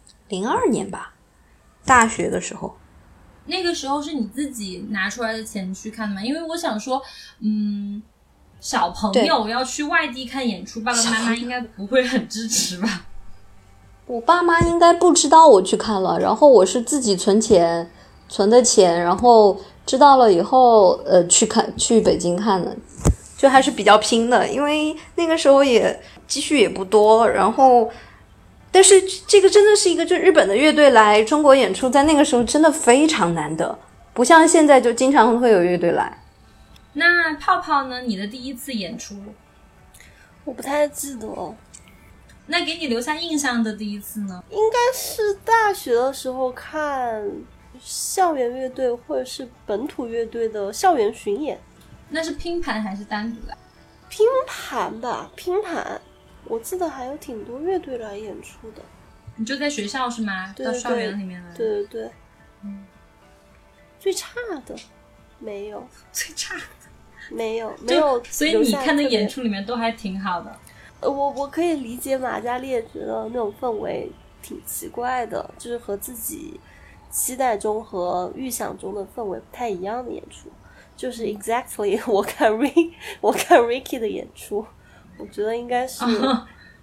？02年吧，大学的时候。 那个时候是你自己拿出来的钱去看的吗？因为我想说小朋友要去外地看演出，爸爸妈妈应该不会很支持吧？ 我爸妈应该不知道我去看了，然后我是自己存的钱，然后知道了以后去北京看的，就还是比较拼的，因为那个时候也积蓄也不多，然后但是这个真的是一个就日本的乐队来中国演出，在那个时候真的非常难得，不像现在就经常会有乐队来。 那泡泡呢？你的第一次演出我不太记得了。 那给你留下印象的第一次呢？ 应该是大学的时候看校园乐队或者是本土乐队的校园巡演。 那是拼盘还是单独来？ 拼盘吧，拼盘。我记得还有挺多乐队来演出的。 你就在学校是吗？ 对， 到校园里面来？ 对。最差的没有， 最差的没有。 所以你看的演出里面都还挺好的。 我可以理解马嘉烈觉得那种氛围挺奇怪的，就是和自己期待中和预想中的氛围不太一样的演出。就是 exactly 我看 Ricky 的演出，我觉得应该是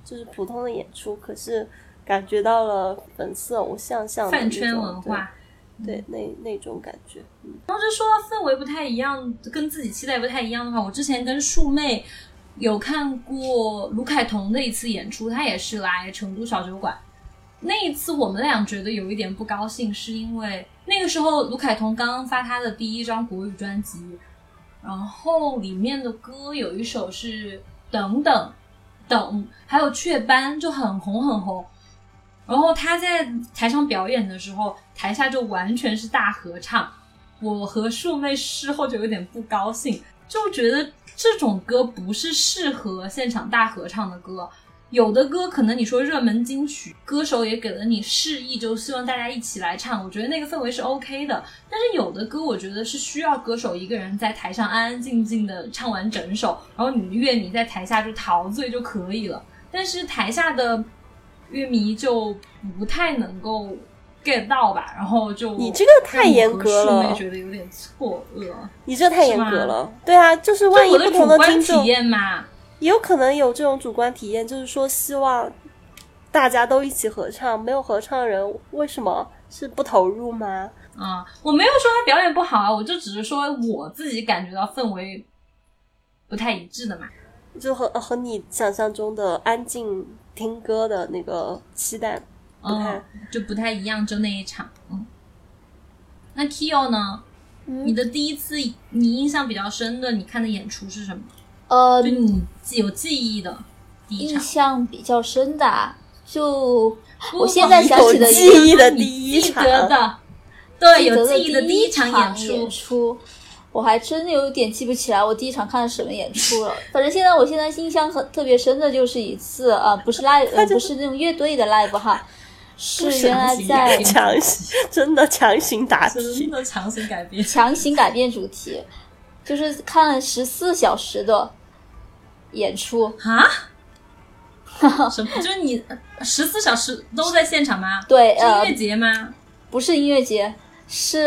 就是普通的演出，可是感觉到了粉丝偶像向的饭圈文化， 对那种感觉。 然后就说到氛围不太一样，跟自己期待不太一样的话，我之前跟树妹有看过卢凯彤的一次演出，他也是来成都小酒馆。那一次我们俩觉得有一点不高兴，是因为那个时候卢凯彤刚刚发他的第一张国语专辑，然后里面的歌有一首是等等等，还有雀斑，就很红很红。然后他在台上表演的时候，台下就完全是大合唱，我和树妹事后就有点不高兴，就觉得这种歌不是适合现场大合唱的歌。有的歌可能你说热门金曲，歌手也给了你示意，就希望大家一起来唱，我觉得那个氛围是 OK 的。但是有的歌我觉得是需要歌手一个人在台上安安静静的唱完整首，然后你们乐迷在台下就陶醉就可以了。但是台下的乐迷就不太能够 get 到吧，然后就你这个太严格了， 我和树妹觉得有点错愕。 你这太严格了，对啊，就是万一不同的听众体验嘛， 也有可能有这种主观体验，就是说希望大家都一起合唱，没有合唱的人为什么是不投入吗？ 我没有说他表演不好啊，我就只是说我自己感觉到氛围不太一致的嘛， 就和你想象中的安静听歌的那个期待不太一样，就那一场。那 Kyo 呢？你的第一次你印象比较深的你看的演出是什么？就你有记忆的第一场。 印象比较深的就我现在想起的有记忆的第一场对，有记忆的第一场演出我还真的有点记不起来我第一场看了什么演出了。反正我现在印象特别深的就是一次不是 live 不是那种乐队的 live 哈，是原来在真的强行答题， 真的强行改变主题，就是看了14小时的演出啊？什么？就是你14小时都在现场吗？ 对， 是音乐节吗？ 不是音乐节，是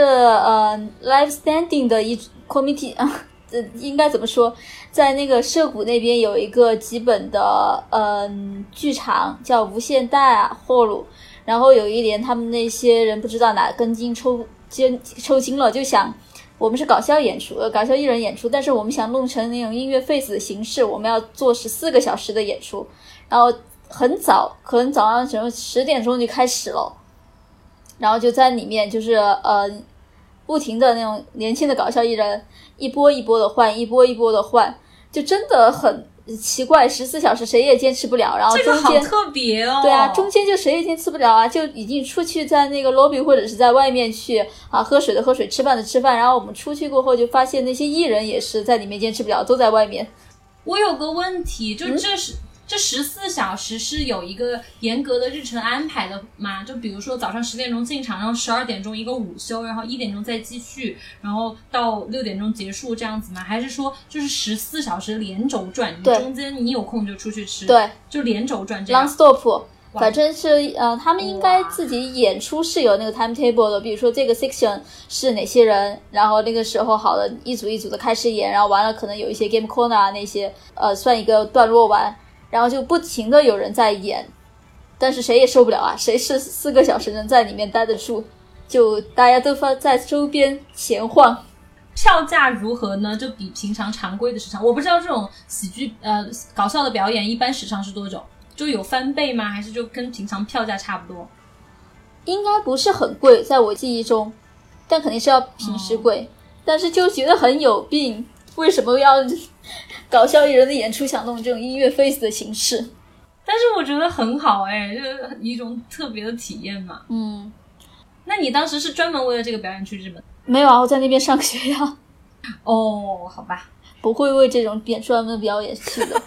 live standing 的一 committee 应该怎么说？在那个涉谷那边有一个基本的剧场叫无限大霍鲁，然后有一年他们那些人不知道哪根筋抽筋了，就想我们是搞笑艺人演出，但是我们想弄成那种音乐 face 的形式，我们要做14个小时的演出，然后很早，可能早上10点钟就开始了，然后就在里面就是不停的那种年轻的搞笑艺人一波一波的换，一波一波的换，就真的很奇怪，14小时谁也坚持不了，然后中间、 这个好特别哦。 对啊，中间就谁也坚持不了啊，就已经出去在那个 lobby 或者是在外面去喝水的喝水，吃饭的吃饭，然后我们出去过后就发现那些艺人也是在里面坚持不了，都在外面。 我有个问题，就这14小时是有一个严格的日程安排的吗？就比如说早上10点钟进场，然后12点钟一个午休，然后1点钟再继续，然后到6点钟结束这样子吗？还是说就是14小时连轴转，你中间你有空就出去吃， 对， 就连轴转这样 non stop。反正是他们应该自己演出是有那个 timetable 的，比如说这个 section 是哪些人，然后那个时候好了一组一组的开始演，然后完了可能有一些 game corner 那些算一个段落完，然后就不停的有人在演，但是谁也受不了啊，谁是4个小时能在里面待得住，就大家都在周边闲晃。 票价如何呢？就比平常常规的时长，我不知道这种喜剧搞笑的表演一般时长是多久，就有翻倍吗？还是就跟平常票价差不多？ 应该不是很贵，在我记忆中，但肯定是要平时贵，但是就觉得很有病，为什么要搞笑艺人的演出想弄这种音乐 face 的形式？ 但是我觉得很好就是一种特别的体验嘛。那你当时是专门为了这个表演去日本？ 没有啊，我在那边上学呀。 哦，好吧， 不会为这种专门表演去的。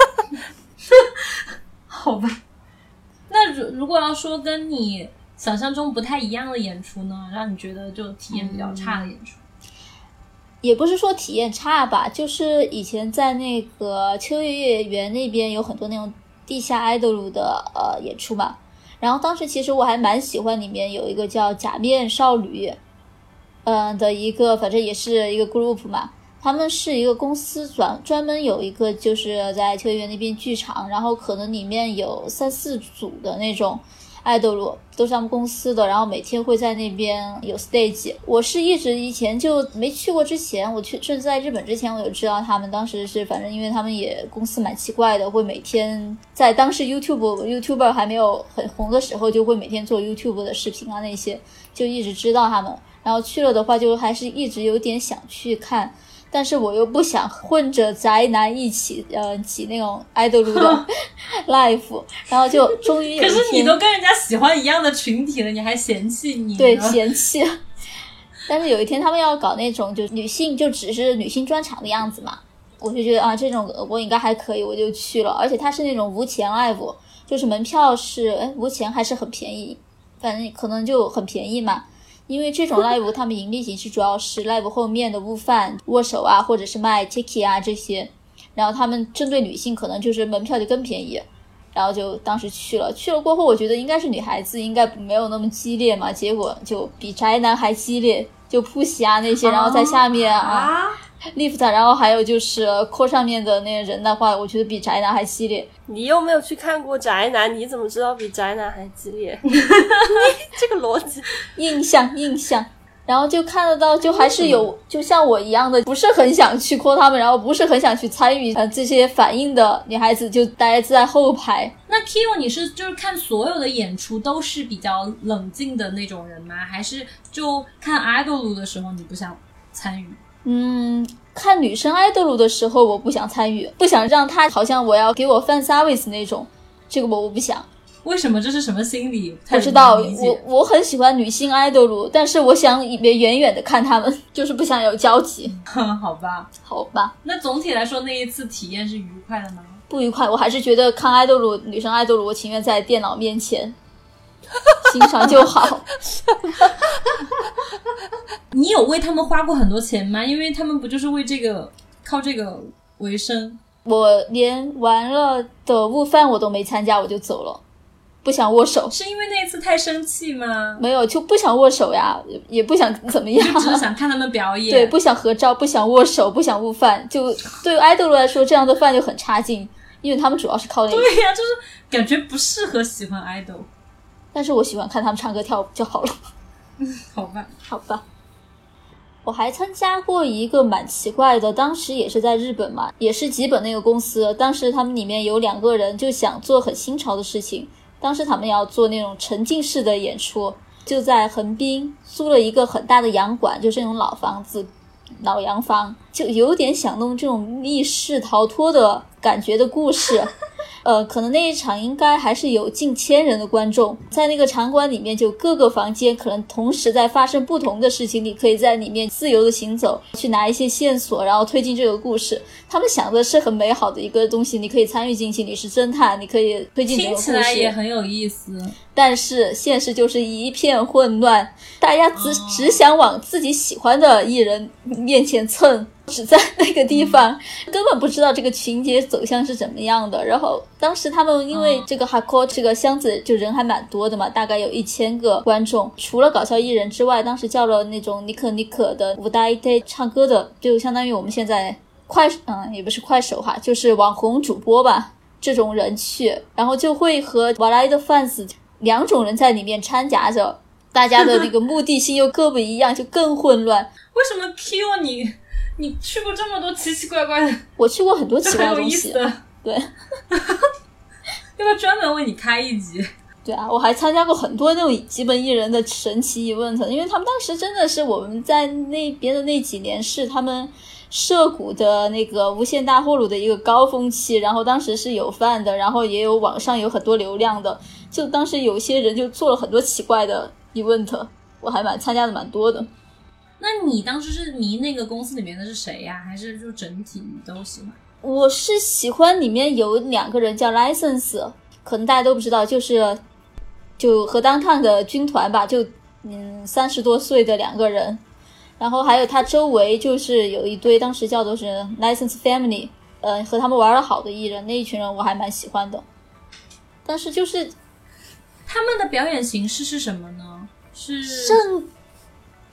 好吧。那如果要说跟你想象中不太一样的演出呢，让你觉得就体验比较差的演出？ 也不是说体验差吧，就是以前在那个秋叶乐园那边有很多那种地下 idol 的演出嘛，然后当时其实我还蛮喜欢里面有一个叫假面少女的一个，反正也是一个 group 嘛， 他们是一个公司专门有一个就是在秋叶原那边剧场，然后可能里面有3-4组的那种爱豆路，都是他们公司的，然后每天会在那边有 stage。我是一直以前就没去过，之前我去甚至在日本之前我有知道他们，当时是反正因为他们也公司蛮奇怪的，会每天在当时 YouTuber 还没有很红的时候，就会每天做 YouTube 的视频啊那些，就一直知道他们。然后去了的话，就还是一直有点想去看。但是我又不想混着宅男一起挤那种爱豆路的 live， 然后就终于有一天， 可是你都跟人家喜欢一样的群体了，你还嫌弃你呢？ 对，嫌弃。但是有一天他们要搞那种就是女性就只是女性专场的样子嘛，我就觉得啊这种我应该还可以，我就去了。而且它是那种无钱 live， 就是门票是无钱还是很便宜，反正可能就很便宜嘛。因为这种 live 他们盈利形式主要是 live 后面的悟饭握手啊，或者是卖 tiki 啊这些，然后他们针对女性可能就是门票就更便宜，然后就当时去了过后，我觉得应该是女孩子应该没有那么激烈嘛，结果就比宅男还激烈，就扑袭啊那些，然后在下面lift， 然后还有就是call上面的那个人的话，我觉得比宅男还激烈。 你又没有去看过宅男，你怎么知道比宅男还激烈？这个逻辑印象，然后就看得到，就还是有就像我一样的不是很想去call他们，然后不是很想去参与这些反应的女孩子就待在后排。 那 Kyo 你是就是看所有的演出都是比较冷静的那种人吗？还是就看 idol 的时候你不想参与？ 看女生爱豆路的时候我不想参与，不想让她好像我要给我 fan service 那种，这个我不想。 为什么？这是什么心理？ 我知道，我很喜欢女性爱豆路，但是我想远远的看他们，就是不想有交集。 好吧。那总体来说那一次体验是愉快的吗？ 不愉快，我还是觉得看爱豆路，女生爱豆路，我情愿在电脑面前欣赏就好。 你有为他们花过很多钱吗？因为他们不就是为这个靠这个为生？ 我连完了的悟饭我都没参加，我就走了，不想握手。 是因为那一次太生气吗？ 没有，就不想握手呀，也不想怎么样， 就只是想看他们表演。 对，不想合照，不想握手，不想悟饭，就对于 idol 来说这样的饭就很差劲，因为他们主要是靠那个。 对呀，就是感觉不适合喜欢 idol。 但是我喜欢看他们唱歌跳舞就好了。好吧。我还参加过一个蛮奇怪的，当时也是在日本嘛，也是吉本那个公司，当时他们里面有2个人就想做很新潮的事情，当时他们要做那种沉浸式的演出，就在横滨租了一个很大的洋馆，就是那种老房子老洋房，就有点想弄这种密室逃脱的感觉的故事。可能那一场应该还是有近1000人的观众，在那个场馆里面就各个房间可能同时在发生不同的事情，你可以在里面自由的行走，去拿一些线索，然后推进这个故事。他们想的是很美好的一个东西，你可以参与进去，你是侦探，你可以推进这个故事， 听起来也很有意思。 但是现实就是一片混乱，大家只想往自己喜欢的艺人面前蹭，只在那个地方根本不知道这个情节走向是怎么样的。然后当时他们因为这个 Hako 这个箱子就人还蛮多的嘛，大概有1000个观众，除了搞笑艺人之外，当时叫了那种尼可的舞台唱歌的，就相当于我们现在也不是快手哈，就是网红主播吧，这种人去，然后就会和瓦莱的 fans 2种人在里面掺杂着，大家的那个目的性又各不一样，就更混乱。 为什么 Q 你去过这么多奇奇怪怪的？ 我去过很多奇怪的东西。对。 要不要专门为你开一集？ 对啊，我还参加过很多那种基本艺人的神奇 event， 因为他们当时真的是我们在那边的那几年是他们涉谷的那个无限大货卤的一个高峰期，然后当时是有饭的，然后也有网上有很多流量的，就当时有些人就做了很多奇怪的 event， 我还参加的蛮多的。 那你当时是迷那个公司里面的是谁呀？还是就整体你都喜欢？ 我是喜欢里面有2个人叫 License， 可能大家都不知道，就和当趟的军团吧，就30多岁的2个人，然后还有他周围就是有一堆当时叫做是 License Family， 和他们玩得好的艺人，那一群人我还蛮喜欢的。但是就是他们的表演形式是什么呢？是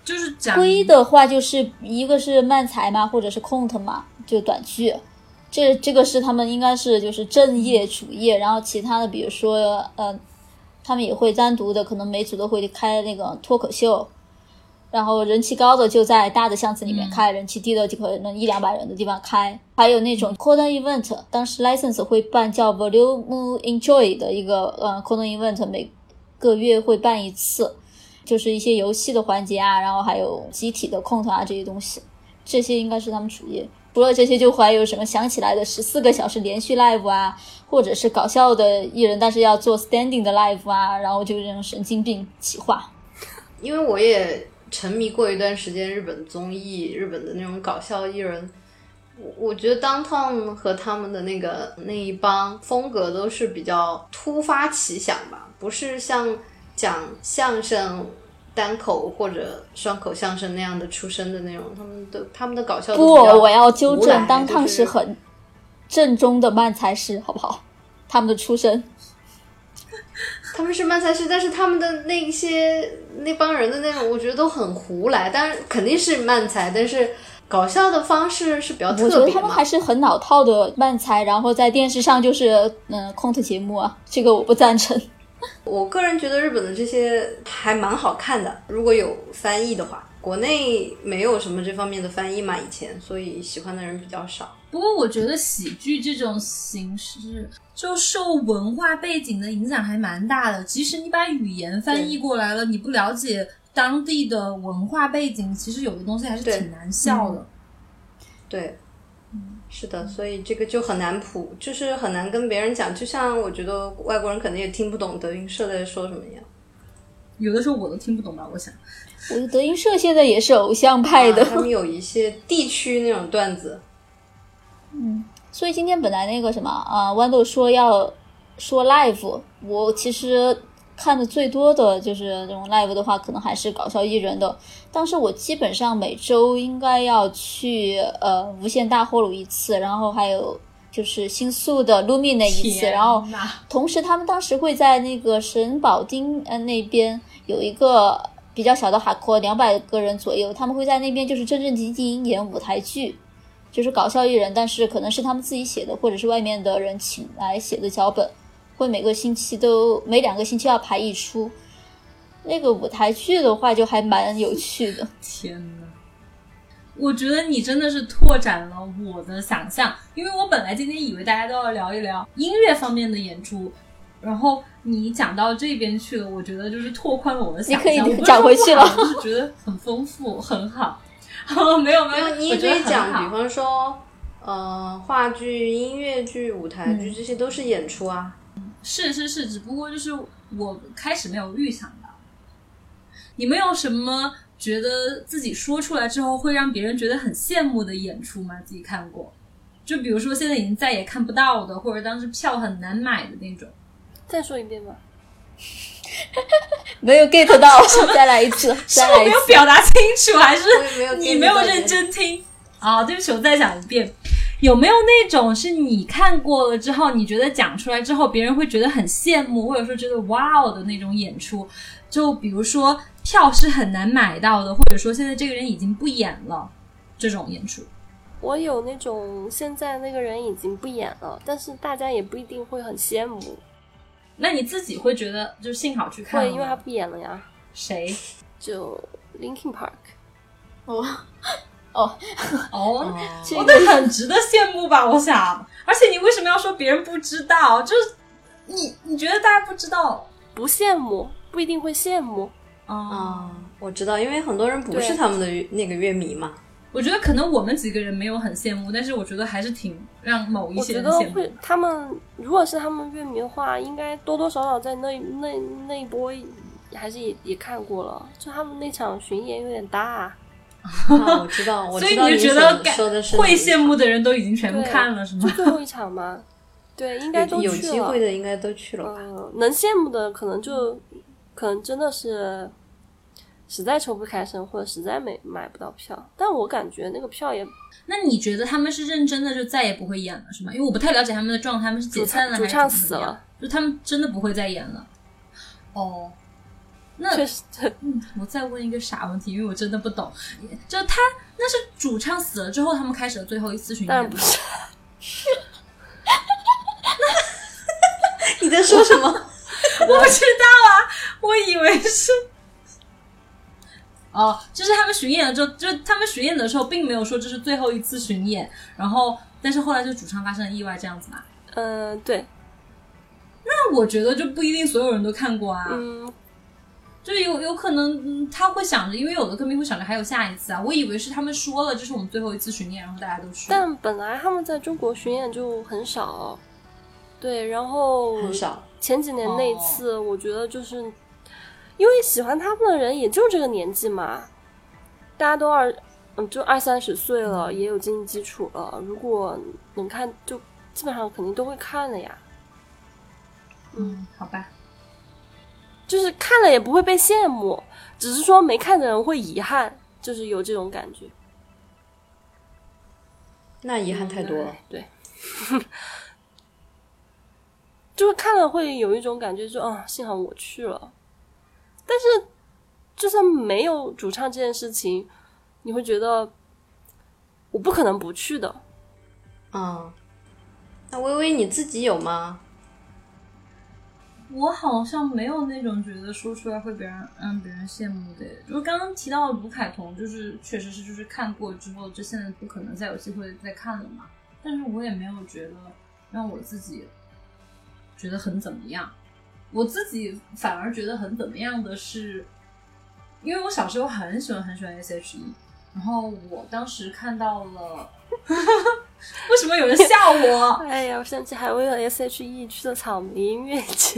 就是讲龟的话，就是一个是漫才嘛，或者是 cont 嘛，就短剧。这个是他们应该是就是正业主业，然后其他的比如说他们也会单独的，可能每组都会开那个脱口秀，然后人气高的就在大的巷子里面开，人气低的就可能100-200人的地方开，还有那种 codon event， 当时 license 会办叫 Volume Enjoy 的一个codon event， 每个月会办一次，就是一些游戏的环节啊，然后还有集体的cont啊这些东西，这些应该是他们主业。除了这些就还有什么想起来的14个小时连续 live 啊，或者是搞笑的艺人但是要做 standing 的 live 啊，然后就这种神经病企划。 因为我也沉迷过一段时间日本综艺，日本的那种搞笑艺人，我觉得 Downtown 和他们的那一帮风格都是比较突发奇想吧，不是像讲相声单口或者双口相声那样的出身的那种，他们的搞笑都比较不，我要纠正，当趟就是很正宗的漫才师，好不好？他们的出身， 他们是漫才师，但是他们的那帮人的那种，我觉得都很胡来，当然肯定是漫才，但是搞笑的方式是比较特别的嘛。 我觉得他们还是很老套的漫才，然后在电视上就是cont节目啊，这个我不赞成。 我个人觉得日本的这些还蛮好看的，如果有翻译的话，国内没有什么这方面的翻译嘛，以前，所以喜欢的人比较少。 不过我觉得喜剧这种形式就受文化背景的影响还蛮大的，即使你把语言翻译过来了，你不了解当地的文化背景，其实有的东西还是挺难笑的。 对，是的，所以这个就很难就是很难跟别人讲，就像我觉得外国人可能也听不懂德云社在说什么一样。 有的时候我都听不懂吧，我想。 我觉得德云社现在也是偶像派的， 他们有一些地区那种段子。 所以今天本来那个什么豌豆说要说 live， 我其实看的最多的就是这种 live 的话，可能还是搞笑艺人的。当时我基本上每周应该要去无限大货炉一次，然后还有就是新宿的 Lumine 一次，然后同时他们当时会在那个神保町那边有一个比较小的hardcore200个人左右，他们会在那边就是正正经经演舞台剧，就是搞笑艺人，但是可能是他们自己写的，或者是外面的人请来写的脚本，会每2个星期要排一出。那个舞台剧的话就还蛮有趣的。 天哪，我觉得你真的是拓展了我的想象，因为我本来今天以为大家都要聊一聊音乐方面的演出，然后你讲到这边去了，我觉得就是拓宽了我的想象。 你可以讲回去了， 就是觉得很丰富，很好。没有， 你也可以讲，比方说话剧、音乐剧、舞台剧，这些都是演出啊。 是，只不过就是我开始没有预想到。你们有什么觉得自己说出来之后会让别人觉得很羡慕的演出吗？自己看过？就比如说现在已经再也看不到的，或者当时票很难买的那种。 再说一遍吧。 没有 get 到，再来一次。 是我没有表达清楚，还是你没有认真听？对不起，我再讲一遍。有没有那种是你看过了之后，你觉得讲出来之后，别人会觉得很羡慕，或者说觉得哇哦的那种演出？就比如说票是很难买到的，或者说现在这个人已经不演了，这种演出。 我有那种现在那个人已经不演了，但是大家也不一定会很羡慕。 那你自己会觉得就幸好去看了？ 对，因为他不演了呀。 谁？ 就 Linkin Park。 那很值得羡慕吧？我想，而且你为什么要说别人不知道？就是你觉得大家不知道？ 不羡慕，不一定会羡慕。 我知道，因为很多人不是他们的那个乐迷嘛。 我觉得可能我们几个人没有很羡慕，但是我觉得还是挺让某一些人羡慕。 我觉得会，他们如果是他们乐迷的话，应该多多少少在那一波还是也看过了。就他们那场巡演有点大。 我知道， 所以你觉得会羡慕的人都已经全部看了是吗？ 就最后一场吗？对，应该都去了。 有机会的应该都去了吧。 能羡慕的可能真的是实在抽不开身，或者实在买不到票。但我感觉那个票也…… 那你觉得他们是认真的就再也不会演了是吗？因为我不太了解他们的状态，他们是解散了还是主唱死了， 就他们真的不会再演了。 那确实， 我再问一个傻问题，因为我真的不懂，就他那是主唱死了之后，他们开始了最后一次巡演吗？ 当然不是。 你在说什么？ 我不知道啊，我以为是。哦，就是他们巡演的时候，就是他们巡演的时候，并没有说这是最后一次巡演，然后，但是后来就主唱发生了意外，这样子嘛。 对。 那我觉得就不一定所有人都看过啊。就有可能他会想着，因为有的歌迷会想着还有下一次啊。我以为是他们说了这是我们最后一次巡演，然后大家都去。 但本来他们在中国巡演就很少，对，然后很少。 前几年那一次，我觉得就是因为喜欢他们的人也就这个年纪嘛，大家都就20-30岁了，也有经济基础了，如果能看，就基本上肯定都会看的呀。 好吧。 就是看了也不会被羡慕，只是说没看的人会遗憾，就是有这种感觉。 那遗憾太多了。 对。就是看了会有一种感觉，就幸好我去了。但是就算没有主唱这件事情，你会觉得我不可能不去的。 那微微你自己有吗？ 我好像没有那种觉得说出来会让别人羡慕的。就是刚刚提到的卢凯彤，就是确实是就是看过之后，就现在不可能再有机会再看了嘛。但是我也没有觉得让我自己觉得很怎么样。我自己反而觉得很怎么样的是，因为我小时候很喜欢 S.H.E， 然后我当时看到了为什么有人笑我？ 哎呀，我想起还为了 S.H.E 去的草莓音乐节。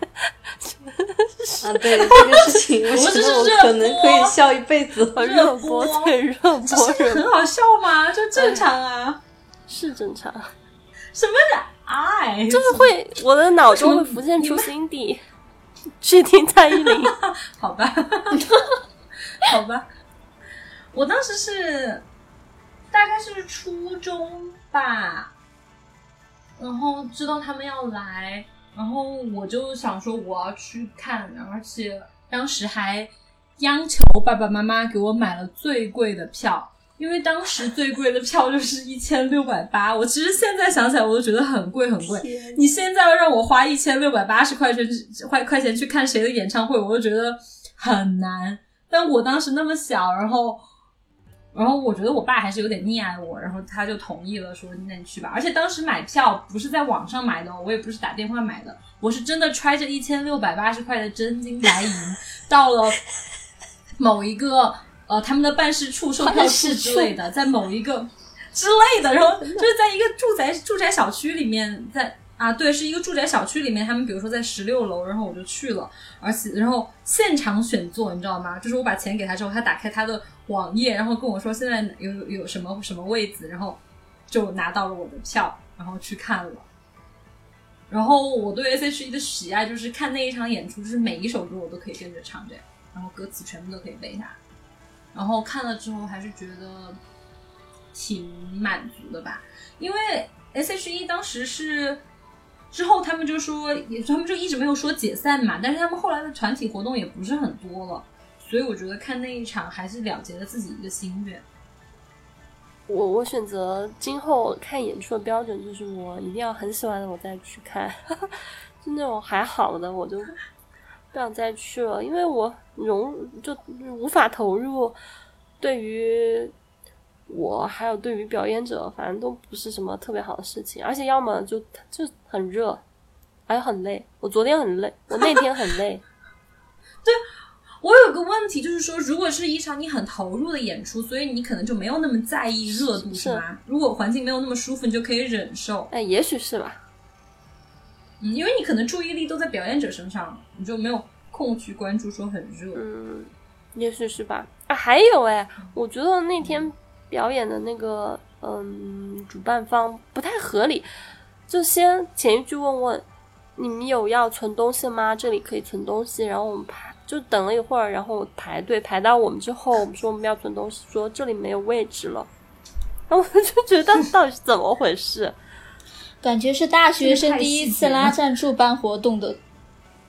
对，这个事情我觉得我可能可以笑一辈子。 热播，对，热播， 很好笑吗？就正常啊， 是正常。 什么是爱？ 就是会，我的脑中会浮现出 Cindy 去听蔡依林。 好吧，好吧，我当时是大概是初中吧，然后知道他们要来，然后我就想说我要去看，而且当时还央求爸爸妈妈给我买了最贵的票，因为当时最贵的票就是1680，我其实现在想起来我都觉得很贵很贵。你现在要让我花1680块钱去看谁的演唱会，我就觉得很难。但我当时那么小，然后我觉得我爸还是有点溺爱我，然后他就同意了，说那你去吧。而且当时买票不是在网上买的，我也不是打电话买的，我是真的揣着1680块的真金白银到了某一个他们的办事处、售票处之类的，在某一个之类的，然后就是在一个住宅小区里面，对，是一个住宅小区里面，他们比如说在16楼，然后我就去了，而且然后现场选座，你知道吗？就是我把钱给他之后，他打开他的网页，然后跟我说现在有什么什么位子，然后就拿到了我的票，然后去看了。然后我对 S.H.E 的喜爱就是看那一场演出，就是每一首歌我都可以跟着唱这样，然后歌词全部都可以背下来。然后看了之后还是觉得挺满足的吧，因为 S.H.E 当时是之后他们就一直没有说解散嘛，但是他们后来的团体活动也不是很多了，所以我觉得看那一场还是了结了自己一个心愿。 我选择今后看演出的标准就是我一定要很喜欢的我再去看，就那种还好的我就不想再去了，因为我就无法投入，对于我还有对于表演者反正都不是什么特别好的事情，而且要么就很热，还很累，我昨天很累，我那天很累。 对，我有个问题就是说，如果是一场你很投入的演出，所以你可能就没有那么在意热度，是吗？如果环境没有那么舒服，你就可以忍受。 也许是吧。 因为你可能注意力都在表演者身上，你就没有空去关注说很热。 也许是吧。还有我觉得那天表演的那个主办方不太合理，就先前一句问你们有要存东西吗？这里可以存东西，然后我们就等了一会儿，然后排队排到我们之后，我们说我们要存东西，说这里没有位置了，然后我就觉得到底是怎么回事？ 感觉是大学生第一次拉赞助办活动的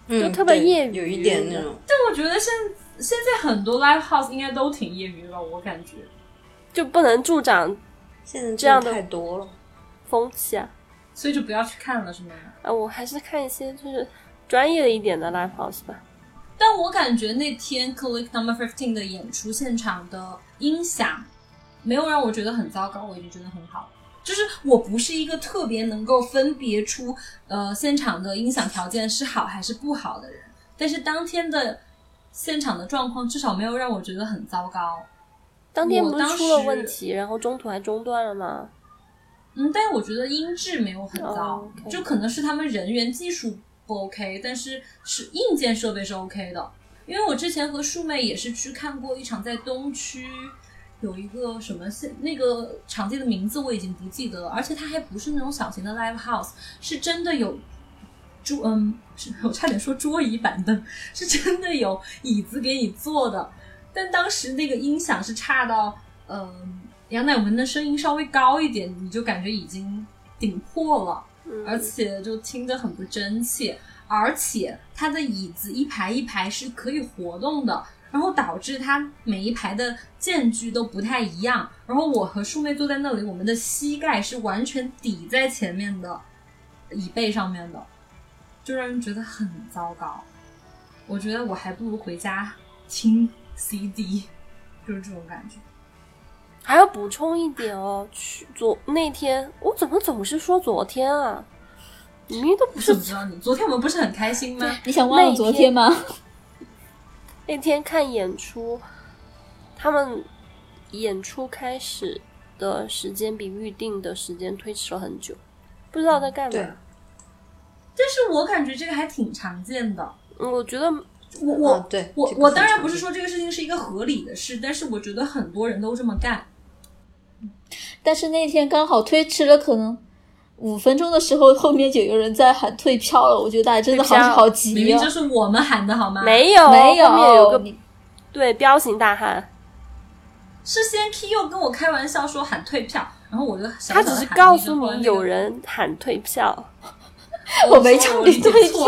就特别业余， 有一点那种。 但我觉得现在很多 live house 应该都挺业余吧，我感觉就不能助长现在这样的太多了风气啊。 所以就不要去看了是吗？ 我还是看一些就是专业的一点的 live house 吧。 但我感觉那天 Click No.15 的演出现场的音响没有让我觉得很糟糕，我已经觉得很好。就是我不是一个特别能够分别出现场的音响条件是好还是不好的人，但是当天的现场的状况至少没有让我觉得很糟糕。 当天不是出了问题，然后中途还中断了吗？ 但是我觉得音质没有很糟， okay. 就可能是他们人员技术不 OK， 但是硬件设备是 OK 的。因为我之前和树妹也是去看过一场在东区有一个什么那个场地的名字我已经不记得了，而且它还不是那种小型的 live house， 是真的有我差点说桌椅板凳，是真的有椅子给你坐的。但当时那个音响是差到杨乃文的声音稍微高一点，你就感觉已经顶破了，而且就听着很不真切，而且它的椅子一排一排是可以活动的，然后导致它每一排的间距都不太一样，然后我和树妹坐在那里，我们的膝盖是完全抵在前面的椅背上面的，就让人觉得很糟糕。我觉得我还不如回家听 CD， 就是这种感觉。 还要补充一点哦，那天我怎么总是说昨天啊？明明都不是。 怎么知道你昨天我们不是很开心吗？ 你想忘了昨天吗？ 那天看演出，他们演出开始的时间比预定的时间推迟了很久，不知道在干嘛。 对，但是我感觉这个还挺常见的。 我觉得我当然不是说这个事情是一个合理的事，但是我觉得很多人都这么干。 但是那天刚好推迟了可能5分钟的时候，后面就有人在喊退票了，我觉得大家真的好急啊！ 明明就是我们喊的好吗？ 没有，后面有个对彪形大汉， 是先 Kyo 跟我开玩笑说喊退票，然后我就小小他只是告诉你有人喊退票， 我没叫你退票。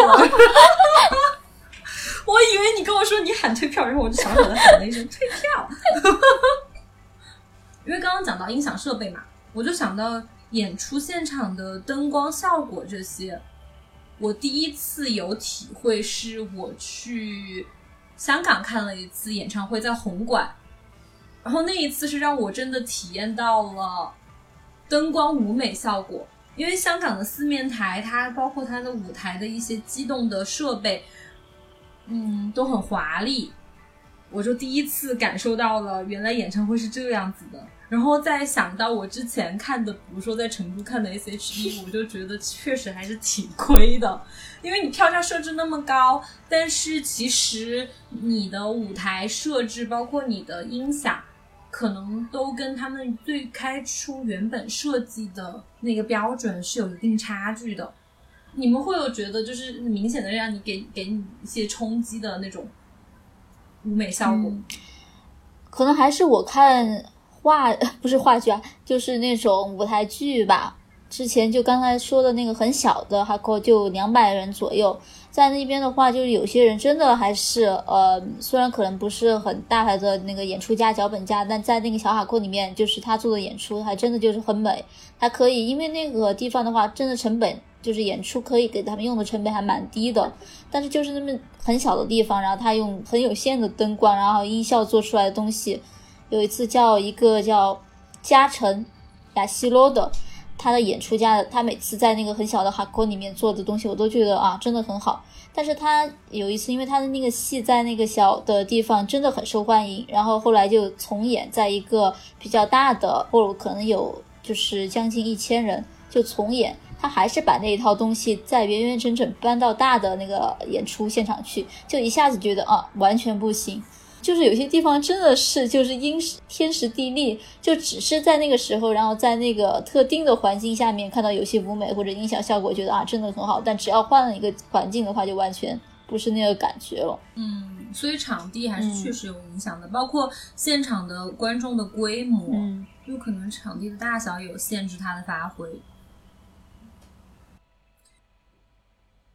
我以为你跟我说你喊退票，然后我就小小的喊了一声退票。因为刚刚讲到音响设备嘛，我就想到演出现场的灯光效果这些，我第一次有体会是我去香港看了一次演唱会，在红馆，然后那一次是让我真的体验到了灯光舞美效果。因为香港的四面台，它包括它的舞台的一些机动的设备都很华丽，我就第一次感受到了原来演唱会是这样子的。然后再想到我之前看的，比如说在成都看的 SHE， 我就觉得确实还是挺亏的，因为你票价设置那么高，但是其实你的舞台设置包括你的音响可能都跟他们最开初原本设计的那个标准是有一定差距的。你们会有觉得就是明显的让你给你一些冲击的那种舞美效果？ 可能还是我看不是话剧啊，就是那种舞台剧吧。之前就刚才说的那个很小的哈扣就200人左右，在那边的话，就是有些人真的还是虽然可能不是很大牌的那个演出家脚本家，但在那个小哈扣里面，就是他做的演出还真的就是很美。他可以因为那个地方的话，真的成本就是演出可以给他们用的成本还蛮低的，但是就是那么很小的地方，然后他用很有限的灯光，然后音效做出来的东西。有一次一个叫嘉诚亚西罗的，他的演出家，他每次在那个很小的哈扣里面做的东西，我都觉得真的很好。但是他有一次，因为他的那个戏在那个小的地方真的很受欢迎，然后后来就重演在一个比较大的，或者可能有就是将近1000人就重演，他还是把那一套东西再完完整整搬到大的那个演出现场去，就一下子觉得完全不行。就是有些地方真的是就是天时地利，就只是在那个时候，然后在那个特定的环境下面看到有些舞美或者音响效果，觉得真的很好，但只要换了一个环境的话，就完全不是那个感觉了。 所以场地还是确实有影响的，包括现场的观众的规模，有可能场地的大小也有限制它的发挥。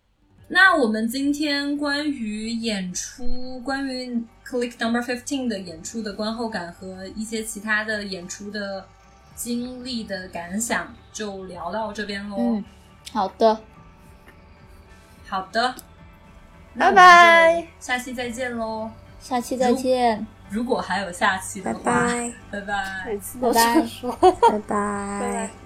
那我们今天关于演出，关于 Click Number 15的演出的观后感和一些其他的演出的经历的感想就聊到这边咯。 好的， 好的， 拜拜， 下期再见咯。 下期再见， 如果还有下期的话， 拜拜， 拜拜。 每次都拜拜这么说， 拜拜。 拜拜。